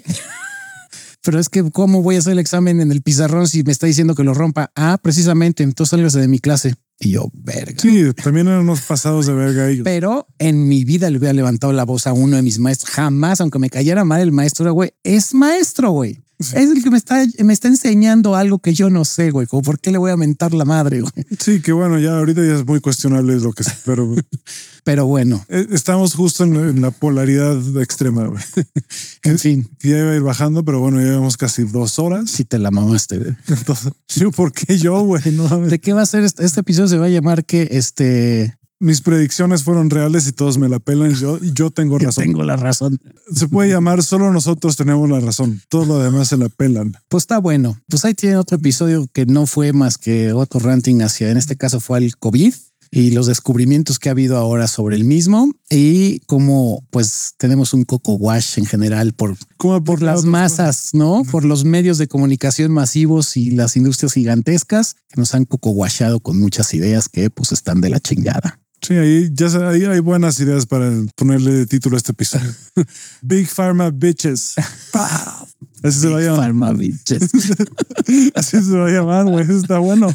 Pero es que, ¿cómo voy a hacer el examen en el pizarrón si me está diciendo que lo rompa? Ah, precisamente, entonces sálgase de mi clase. Y yo, verga. Sí, también eran unos pasados de verga ellos. Pero en mi vida le hubiera levantado la voz a uno de mis maestros. Jamás, aunque me cayera mal el maestro, güey, es maestro, güey. Sí. Es el que me está, me está enseñando algo que yo no sé, güey. Como, ¿por qué le voy a mentar la madre, güey? Sí, que bueno, ya ahorita ya es muy cuestionable lo que es, pero... pero bueno. Estamos justo en, en la polaridad extrema, güey. En fin. Que ya iba a ir bajando, pero bueno, ya llevamos casi dos horas. Sí te la mamaste, güey. Entonces, sí, ¿por qué yo, güey? No, ¿de qué va a ser este, este episodio? Se va a llamar que este... Mis predicciones fueron reales y todos me la pelan. Yo, yo tengo razón. Yo tengo la razón. Se puede llamar solo nosotros tenemos la razón. Todo lo demás se la pelan. Pues está bueno. Pues ahí tiene otro episodio que no fue más que otro ranting hacia, en este caso fue al COVID y los descubrimientos que ha habido ahora sobre el mismo y cómo pues tenemos un coco wash en general por, por, por las masas, ¿no? Por los medios de comunicación masivos y las industrias gigantescas que nos han coco washado con muchas ideas que pues están de la chingada. Sí, ahí ya ahí hay buenas ideas para ponerle de título a este episodio. Big Pharma Bitches. Así se va a llamar. Pharma Bitches. Así se va a llamar, güey. Eso está bueno.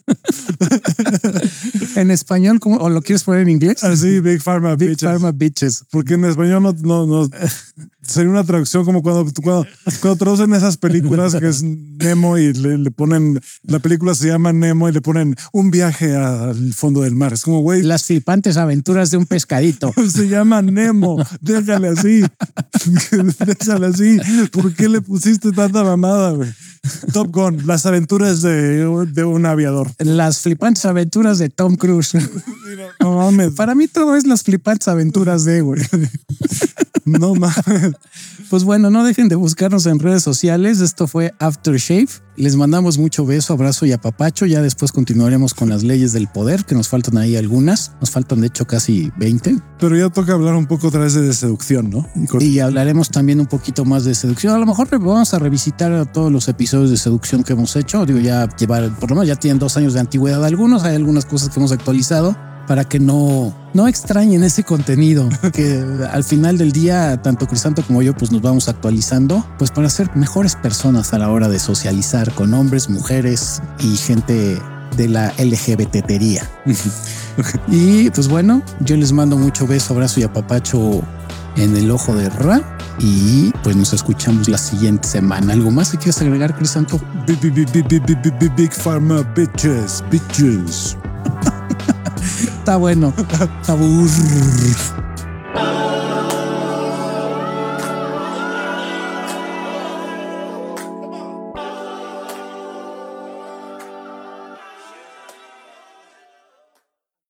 En español, ¿cómo? ¿O lo quieres poner en inglés? Así, Big Pharma Big Bitches. Pharma Bitches. Porque en español no, no, no sería una traducción como cuando, cuando, cuando traducen esas películas que es Nemo y le, le ponen, la película se llama Nemo y le ponen un viaje al fondo del mar. Es como, güey. Las flipantes aventuras de un pescadito. Se llama Nemo. Déjale así. Déjale así. ¿Por qué le pusiste tanta mamada, güey? Top Gun, las aventuras de, de un aviador. Las flipantes aventuras de Tom Cruise. No mames. Para mí todo es las flipantes aventuras de, güey. No mames. Pues bueno, no dejen de buscarnos en redes sociales. Esto fue Aftershave. Les mandamos mucho beso, abrazo y apapacho. Ya después continuaremos con las leyes del poder, que nos faltan ahí algunas. Nos faltan de hecho casi veinte. Pero ya toca hablar un poco otra vez de seducción, ¿no? Y hablaremos también un poquito más de seducción. A lo mejor vamos a revisitar todos los episodios de seducción que hemos hecho. Digo, ya llevar, por lo menos ya tienen dos años de antigüedad algunos. Hay algunas cosas que hemos actualizado para que no, no extrañen ese contenido, que al final del día, tanto Crisanto como yo, pues nos vamos actualizando, pues para ser mejores personas a la hora de socializar con hombres, mujeres y gente de la L G B T tería. Y pues bueno, yo les mando mucho beso, abrazo y apapacho en el ojo de Ra. Y pues nos escuchamos la siguiente semana. ¿Algo más que quieres agregar, Crisanto? Big, big, big, big, big, big, big, big Pharma Bitches, bitches. Está bueno. Está burro.